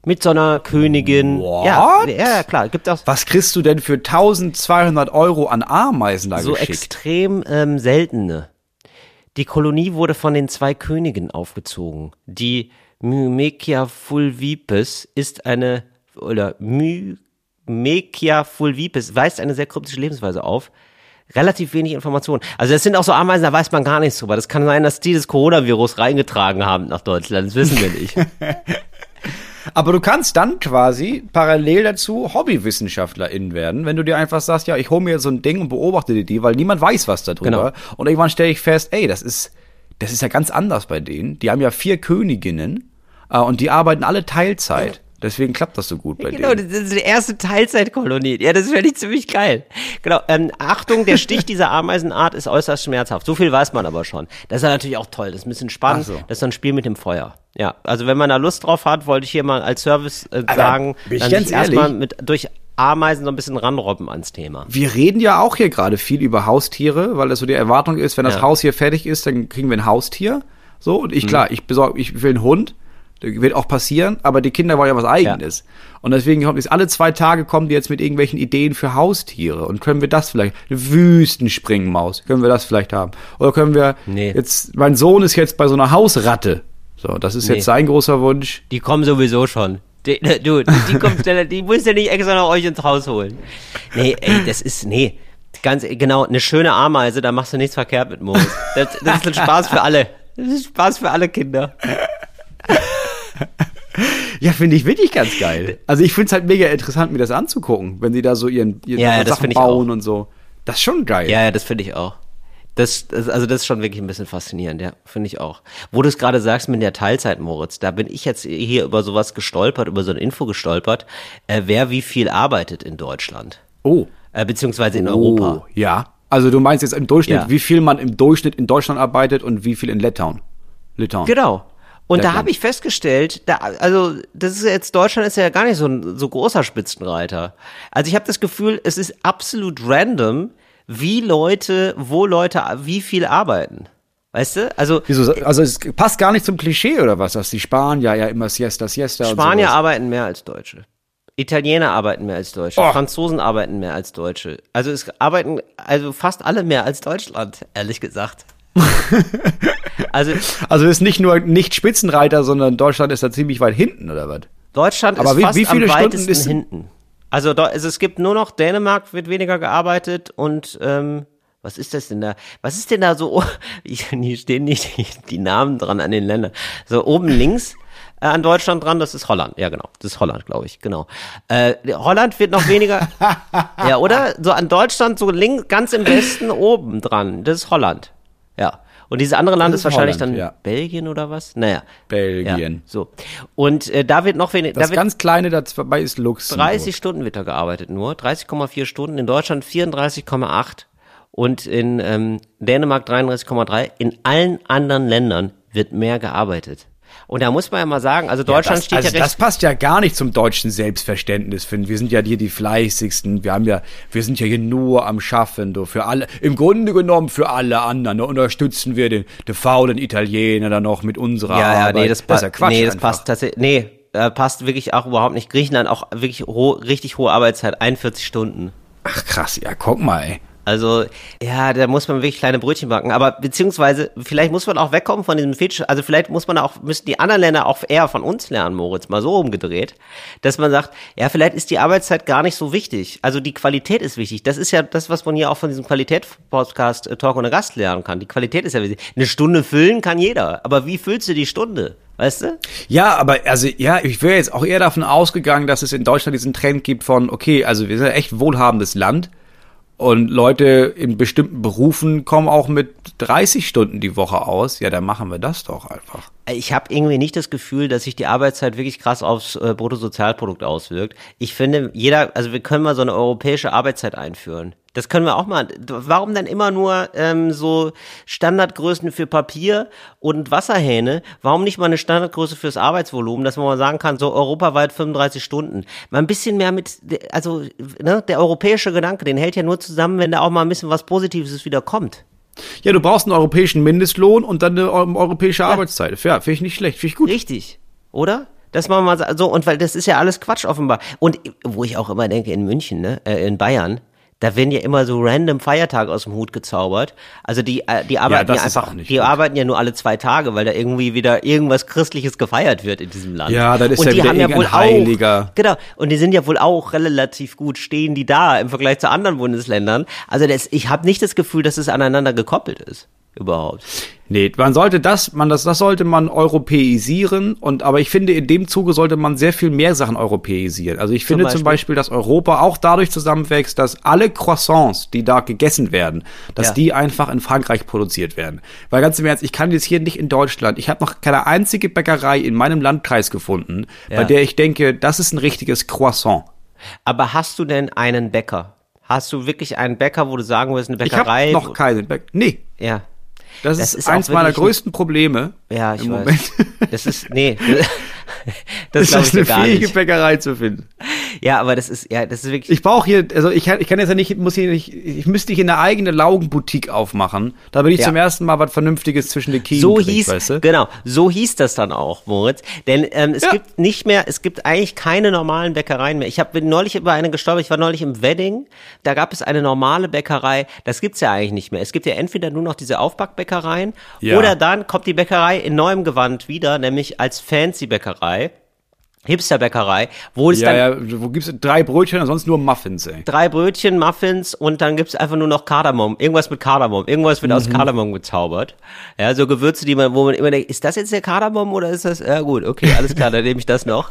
Mit so einer Königin. What? Ja, ja, klar. Gibt auch Was kriegst du denn für eintausendzweihundert Euro an Ameisen da so geschickt? extrem ähm, seltene. Die Kolonie wurde von den zwei Königen aufgezogen. Die Myrmecia fulvipes ist eine, oder Myrmecia fulvipes weist eine sehr kryptische Lebensweise auf. Relativ wenig Informationen. Also das sind auch so Ameisen, da weiß man gar nichts drüber. Das kann sein, dass die das Coronavirus reingetragen haben nach Deutschland. Das wissen wir nicht. Aber du kannst dann quasi parallel dazu HobbywissenschaftlerIn werden, wenn du dir einfach sagst, ja, ich hole mir so ein Ding und beobachte die, die, weil niemand weiß was darüber. Genau. Und irgendwann stelle ich fest, ey, das ist, das ist ja ganz anders bei denen. Die haben ja vier Königinnen äh, und die arbeiten alle Teilzeit. Deswegen klappt das so gut bei Genau, denen. das ist die erste Teilzeitkolonie. Ja, das finde ich ziemlich geil. Genau, ähm, Achtung, der Stich dieser Ameisenart ist äußerst schmerzhaft. So viel weiß man aber schon. Das ist ja natürlich auch toll. Das ist ein bisschen spannend. Ach so. Das ist so ein Spiel mit dem Feuer. Ja, also wenn man da Lust drauf hat, wollte ich hier mal als Service äh, sagen, bin ich dann ganz sich erstmal ehrlich? mit durch Ameisen so ein bisschen ranrobben ans Thema. Wir reden ja auch hier gerade viel über Haustiere, weil das so die Erwartung ist, wenn das Ja. Haus hier fertig ist, dann kriegen wir ein Haustier. So, und ich, klar, ich besorge, ich will einen Hund. Das wird auch passieren, aber die Kinder wollen ja was Eigenes. Ja. Und deswegen kommt es alle zwei Tage kommen die jetzt mit irgendwelchen Ideen für Haustiere. Und können wir das vielleicht, eine Wüstenspringmaus, können wir das vielleicht haben? Oder können wir Nee. jetzt, mein Sohn ist jetzt bei so einer Hausratte. So, das ist Nee. jetzt sein großer Wunsch. Die kommen sowieso schon. Die, du, die, die kommt schneller, die musst du nicht extra nach euch ins Haus holen. Nee, ey, das ist, nee. Ganz, genau, eine schöne Ameise, da machst du nichts verkehrt mit, Moritz. Das, das ist ein Spaß für alle. Das ist Spaß für alle Kinder. Ja, finde ich wirklich ganz geil. Also ich finde es halt mega interessant, mir das anzugucken, wenn sie da so ihren, ihren Ja, ja, das Sachen find ich bauen auch. und so. Das ist schon geil. Ja, ja, das finde ich auch. Das, das, also das ist schon wirklich ein bisschen faszinierend, ja, finde ich auch. Wo du es gerade sagst mit der Teilzeit, Moritz, da bin ich jetzt hier über sowas gestolpert, über so eine Info gestolpert, äh, wer wie viel arbeitet in Deutschland, Oh. äh, beziehungsweise in Oh, Europa. ja. Also du meinst jetzt im Durchschnitt, Ja. wie viel man im Durchschnitt in Deutschland arbeitet und wie viel in Litauen? Litauen. Genau. Und da Lettland. habe ich festgestellt, da, also das ist jetzt, Deutschland ist ja gar nicht so ein so großer Spitzenreiter. Also ich habe das Gefühl, es ist absolut random, wie Leute, wo Leute, wie viel arbeiten. Weißt du? Also Wieso? Also es passt gar nicht zum Klischee oder was, dass die Spanier ja immer Siesta, Siesta Spanier und sowas. arbeiten mehr als Deutsche. Italiener arbeiten mehr als Deutsche. Oh. Franzosen arbeiten mehr als Deutsche. Also es arbeiten also fast alle mehr als Deutschland, ehrlich gesagt. Also Also ist nicht nur nicht Spitzenreiter, sondern Deutschland ist da ziemlich weit hinten, oder was? Deutschland Aber ist wie- fast wie viele am Stunden weitesten ist- hinten. Also, da, also es gibt nur noch Dänemark, wird weniger gearbeitet und ähm, was ist das denn da? Was ist denn da so? Ich, hier stehen nicht die, die Namen dran an den Ländern. So oben links äh, an Deutschland dran, das ist Holland. Ja, genau. Das ist Holland, glaube ich. Genau. Äh, Holland wird noch weniger. Ja, oder? So an Deutschland, so links, ganz im Westen oben dran. Das ist Holland. Ja. Und dieses andere Land Das ist, ist wahrscheinlich Holland, dann ja. Belgien oder was? Naja. Belgien. Ja, so. Und äh, da wird noch weniger. Das ganz kleine dabei ist Luxemburg. dreißig Stunden wird da gearbeitet nur, dreißig Komma vier Stunden, in Deutschland vierunddreißig Komma acht und in ähm, Dänemark dreiunddreißig Komma drei. In allen anderen Ländern wird mehr gearbeitet. Und da muss man ja mal sagen, also Deutschland das, steht also ja das recht... passt ja gar nicht zum deutschen Selbstverständnis, finde. Wir sind ja hier die fleißigsten. Wir haben ja, wir sind ja hier nur am Schaffen, du, für alle. Im Grunde genommen für alle anderen. Da unterstützen wir den, den faulen Italiener dann noch mit unserer ja, ja, Arbeit. nee, das, ist passt. ja Quatsch nee, das einfach. passt tatsächlich, nee, äh, passt wirklich auch überhaupt nicht. Griechenland auch wirklich ho richtig hohe Arbeitszeit, einundvierzig Stunden. Ach krass, ja, guck mal, ey. Also, ja, da muss man wirklich kleine Brötchen backen. Aber beziehungsweise, vielleicht muss man auch wegkommen von diesem Fetisch. Also vielleicht muss man auch, müssen die anderen Länder auch eher von uns lernen, Moritz, mal so umgedreht. Dass man sagt, ja, vielleicht ist die Arbeitszeit gar nicht so wichtig. Also die Qualität ist wichtig. Das ist ja das, was man hier auch von diesem Qualitätspodcast äh, Talk ohne Gast lernen kann. Die Qualität ist ja wichtig. Eine Stunde füllen kann jeder. Aber wie füllst du die Stunde? Weißt du? Ja, aber also ja, ich wäre jetzt auch eher davon ausgegangen, dass es in Deutschland diesen Trend gibt von, okay, also wir sind ein echt wohlhabendes Land. Und Leute in bestimmten Berufen kommen auch mit dreißig Stunden die Woche aus. Ja, dann machen wir das doch einfach. Ich habe irgendwie nicht das Gefühl, dass sich die Arbeitszeit wirklich krass aufs äh, Bruttosozialprodukt auswirkt. Ich finde, jeder, also wir können mal so eine europäische Arbeitszeit einführen. Das können wir auch mal. Warum dann immer nur ähm, so Standardgrößen für Papier und Wasserhähne? Warum nicht mal eine Standardgröße fürs Arbeitsvolumen, dass man mal sagen kann, so europaweit fünfunddreißig Stunden. Mal ein bisschen mehr mit, also ne, der europäische Gedanke, den hält ja nur zusammen, wenn da auch mal ein bisschen was Positives wieder kommt. Ja, du brauchst einen europäischen Mindestlohn und dann eine eu- europäische Arbeitszeit. Ja, finde ich nicht schlecht, finde ich gut. Richtig, oder? Das machen wir mal so, und weil das ist ja alles Quatsch offenbar. Und wo ich auch immer denke, in München, ne, äh, in Bayern, da werden ja immer so random Feiertage aus dem Hut gezaubert. Also die, die arbeiten ja, ja einfach, die gut. arbeiten ja nur alle zwei Tage, weil da irgendwie wieder irgendwas Christliches gefeiert wird in diesem Land. Ja, das ist und ja die wieder haben ja wohl Heiliger. Auch, genau. Und die sind ja wohl auch relativ gut, stehen die da im Vergleich zu anderen Bundesländern. Also das, ich habe nicht das Gefühl, dass es aneinander gekoppelt ist. Überhaupt. Nee, man sollte das, man das, das sollte man europäisieren und, aber ich finde, in dem Zuge sollte man sehr viel mehr Sachen europäisieren. Also ich finde zum Beispiel, zum Beispiel dass Europa auch dadurch zusammenwächst, dass alle Croissants, die da gegessen werden, dass ja. die einfach in Frankreich produziert werden. Weil ganz im Ernst, ich kann jetzt hier nicht in Deutschland, ich habe noch keine einzige Bäckerei in meinem Landkreis gefunden, ja. bei der ich denke, das ist ein richtiges Croissant. Aber hast du denn einen Bäcker? Hast du wirklich einen Bäcker, wo du sagen willst, eine Bäckerei? Ich habe noch keinen Bäcker. Nee. Ja. Das, das ist, ist eins meiner größten Probleme. Ja, ich im weiß. Moment. Das ist, nee. Das ist das eine fähige nicht. Bäckerei zu finden. Ja, aber das ist, ja, das ist wirklich. Ich brauche hier, also ich kann, ich kann jetzt ja nicht, muss hier nicht, ich müsste hier eine eigene Laugenboutique aufmachen. Da bin ich ja. zum ersten Mal was Vernünftiges zwischen den Kiemen. So krieg, hieß, weißt du? Genau, so hieß das dann auch, Moritz. Denn ähm, es ja. gibt nicht mehr, es gibt eigentlich keine normalen Bäckereien mehr. Ich habe neulich über eine gestolpert, ich war neulich im Wedding, da gab es eine normale Bäckerei, das gibt's ja eigentlich nicht mehr. Es gibt ja entweder nur noch diese Aufbackbäckereien ja. oder dann kommt die Bäckerei in neuem Gewand wieder, nämlich als Fancy-Bäckerei. Hipsterbäckerei, wo es ja, dann... Ja, wo gibt's drei Brötchen und sonst nur Muffins, ey. Drei Brötchen, Muffins und dann gibt's einfach nur noch Kardamom. Irgendwas mit Kardamom. Irgendwas wird mhm. aus Kardamom gezaubert. Ja, so Gewürze, die man, wo man immer denkt, ist das jetzt der Kardamom oder ist das... Ja gut, okay, alles klar, dann nehme ich das noch.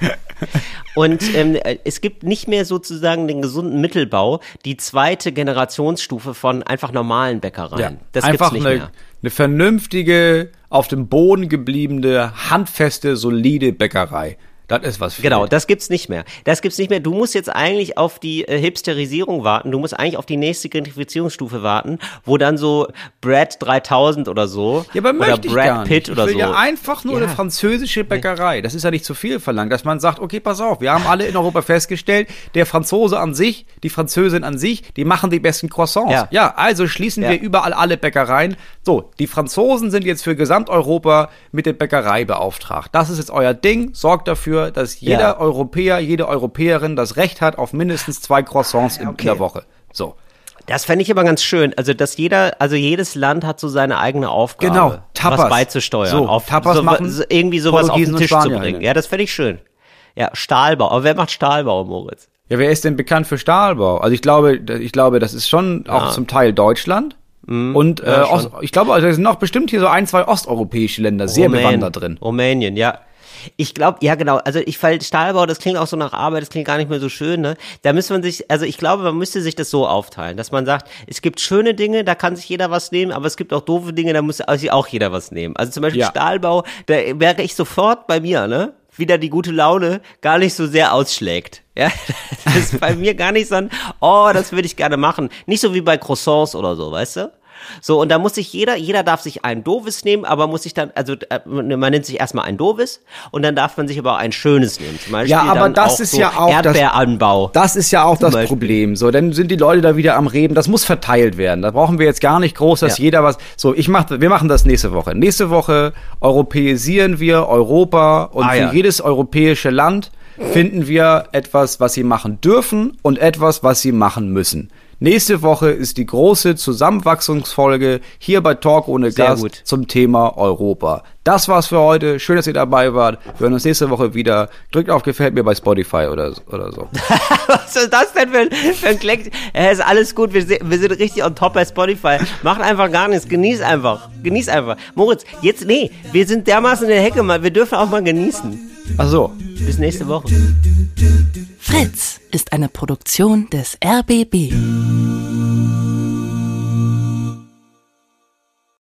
Und ähm, es gibt nicht mehr sozusagen den gesunden Mittelbau, die zweite Generationsstufe von einfach normalen Bäckereien. Ja, das einfach gibt's nicht eine, mehr. Eine vernünftige, auf dem Boden gebliebene, handfeste, solide Bäckerei. Das ist was für Genau, mich. das gibt's nicht mehr. Das gibt's nicht mehr. Du musst jetzt eigentlich auf die äh, Hipsterisierung warten. Du musst eigentlich auf die nächste Gentrifizierungsstufe warten, wo dann so Brad dreitausend oder so ja, aber oder möchte ich Brad gar nicht. Pitt oder ich will so. Ja, einfach nur ja. eine französische Bäckerei. Das ist ja nicht zu viel verlangt, dass man sagt, okay, pass auf, wir haben alle in Europa festgestellt, der Franzose an sich, die Französin an sich, die machen die besten Croissants. Ja, ja also schließen ja. wir überall alle Bäckereien. So, die Franzosen sind jetzt für Gesamteuropa mit der Bäckerei beauftragt. Das ist jetzt euer Ding. Sorgt dafür, dass jeder ja. Europäer, jede Europäerin das Recht hat auf mindestens zwei Croissants in okay. der Woche. So. Das fände ich aber ganz schön. Also, dass jeder, also jedes Land hat so seine eigene Aufgabe, genau. Tapas. was beizusteuern. So, auf, Tapas so, machen, so, irgendwie sowas auf den Tisch Spanier, zu bringen. ja, ja das fände ich schön. Ja, Stahlbau. Aber wer macht Stahlbau, Moritz? Ja, wer ist denn bekannt für Stahlbau? Also ich glaube, ich glaube, das ist schon ja. auch zum Teil Deutschland. Mm, und äh, ja, Ost, ich glaube, also es sind noch bestimmt hier so ein, zwei osteuropäische Länder sehr Rumän, bewandert drin. Rumänien, ja. Ich glaube, ja genau, also ich fall Stahlbau, das klingt auch so nach Arbeit, das klingt gar nicht mehr so schön, ne? Da müsste man sich, also ich glaube, man müsste sich das so aufteilen, dass man sagt, es gibt schöne Dinge, da kann sich jeder was nehmen, aber es gibt auch doofe Dinge, da muss sich auch jeder was nehmen. Also zum Beispiel ja. Stahlbau, da wäre ich sofort bei mir, ne? Wieder die gute Laune gar nicht so sehr ausschlägt. Ja, das ist bei mir gar nicht so ein, oh, das würde ich gerne machen. Nicht so wie bei Croissants oder so, weißt du? So, und da muss sich jeder, jeder darf sich ein doofes nehmen, aber muss sich dann, also man nimmt sich erstmal ein doofes und dann darf man sich aber auch ein schönes nehmen. Zum Beispiel ja, aber dann das auch ist so ja auch Erdbeeranbau. Das, das ist ja auch das Beispiel. Problem. So, dann sind die Leute da wieder am Reden. Das muss verteilt werden. Da brauchen wir jetzt gar nicht groß, dass ja. jeder was. So, ich mach, wir machen das nächste Woche. Nächste Woche europäisieren wir Europa und ah, für ja. jedes europäische Land finden wir etwas, was sie machen dürfen und etwas, was sie machen müssen. Nächste Woche ist die große Zusammenwachsungsfolge hier bei Talk ohne Sehr Gast gut. zum Thema Europa. Das war's für heute. Schön, dass ihr dabei wart. Wir hören uns nächste Woche wieder. Drückt auf Gefällt mir bei Spotify oder, oder so. Was ist das denn für ein, für ein Kleck? Ja, ist alles gut. Wir, wir sind richtig on top bei Spotify. Macht einfach gar nichts. Genieß einfach. Genieß einfach. Moritz, jetzt, nee, wir sind dermaßen in der Hecke mal. Wir dürfen auch mal genießen. Ach so. Bis nächste Woche. Fritz ist eine Produktion des R B B.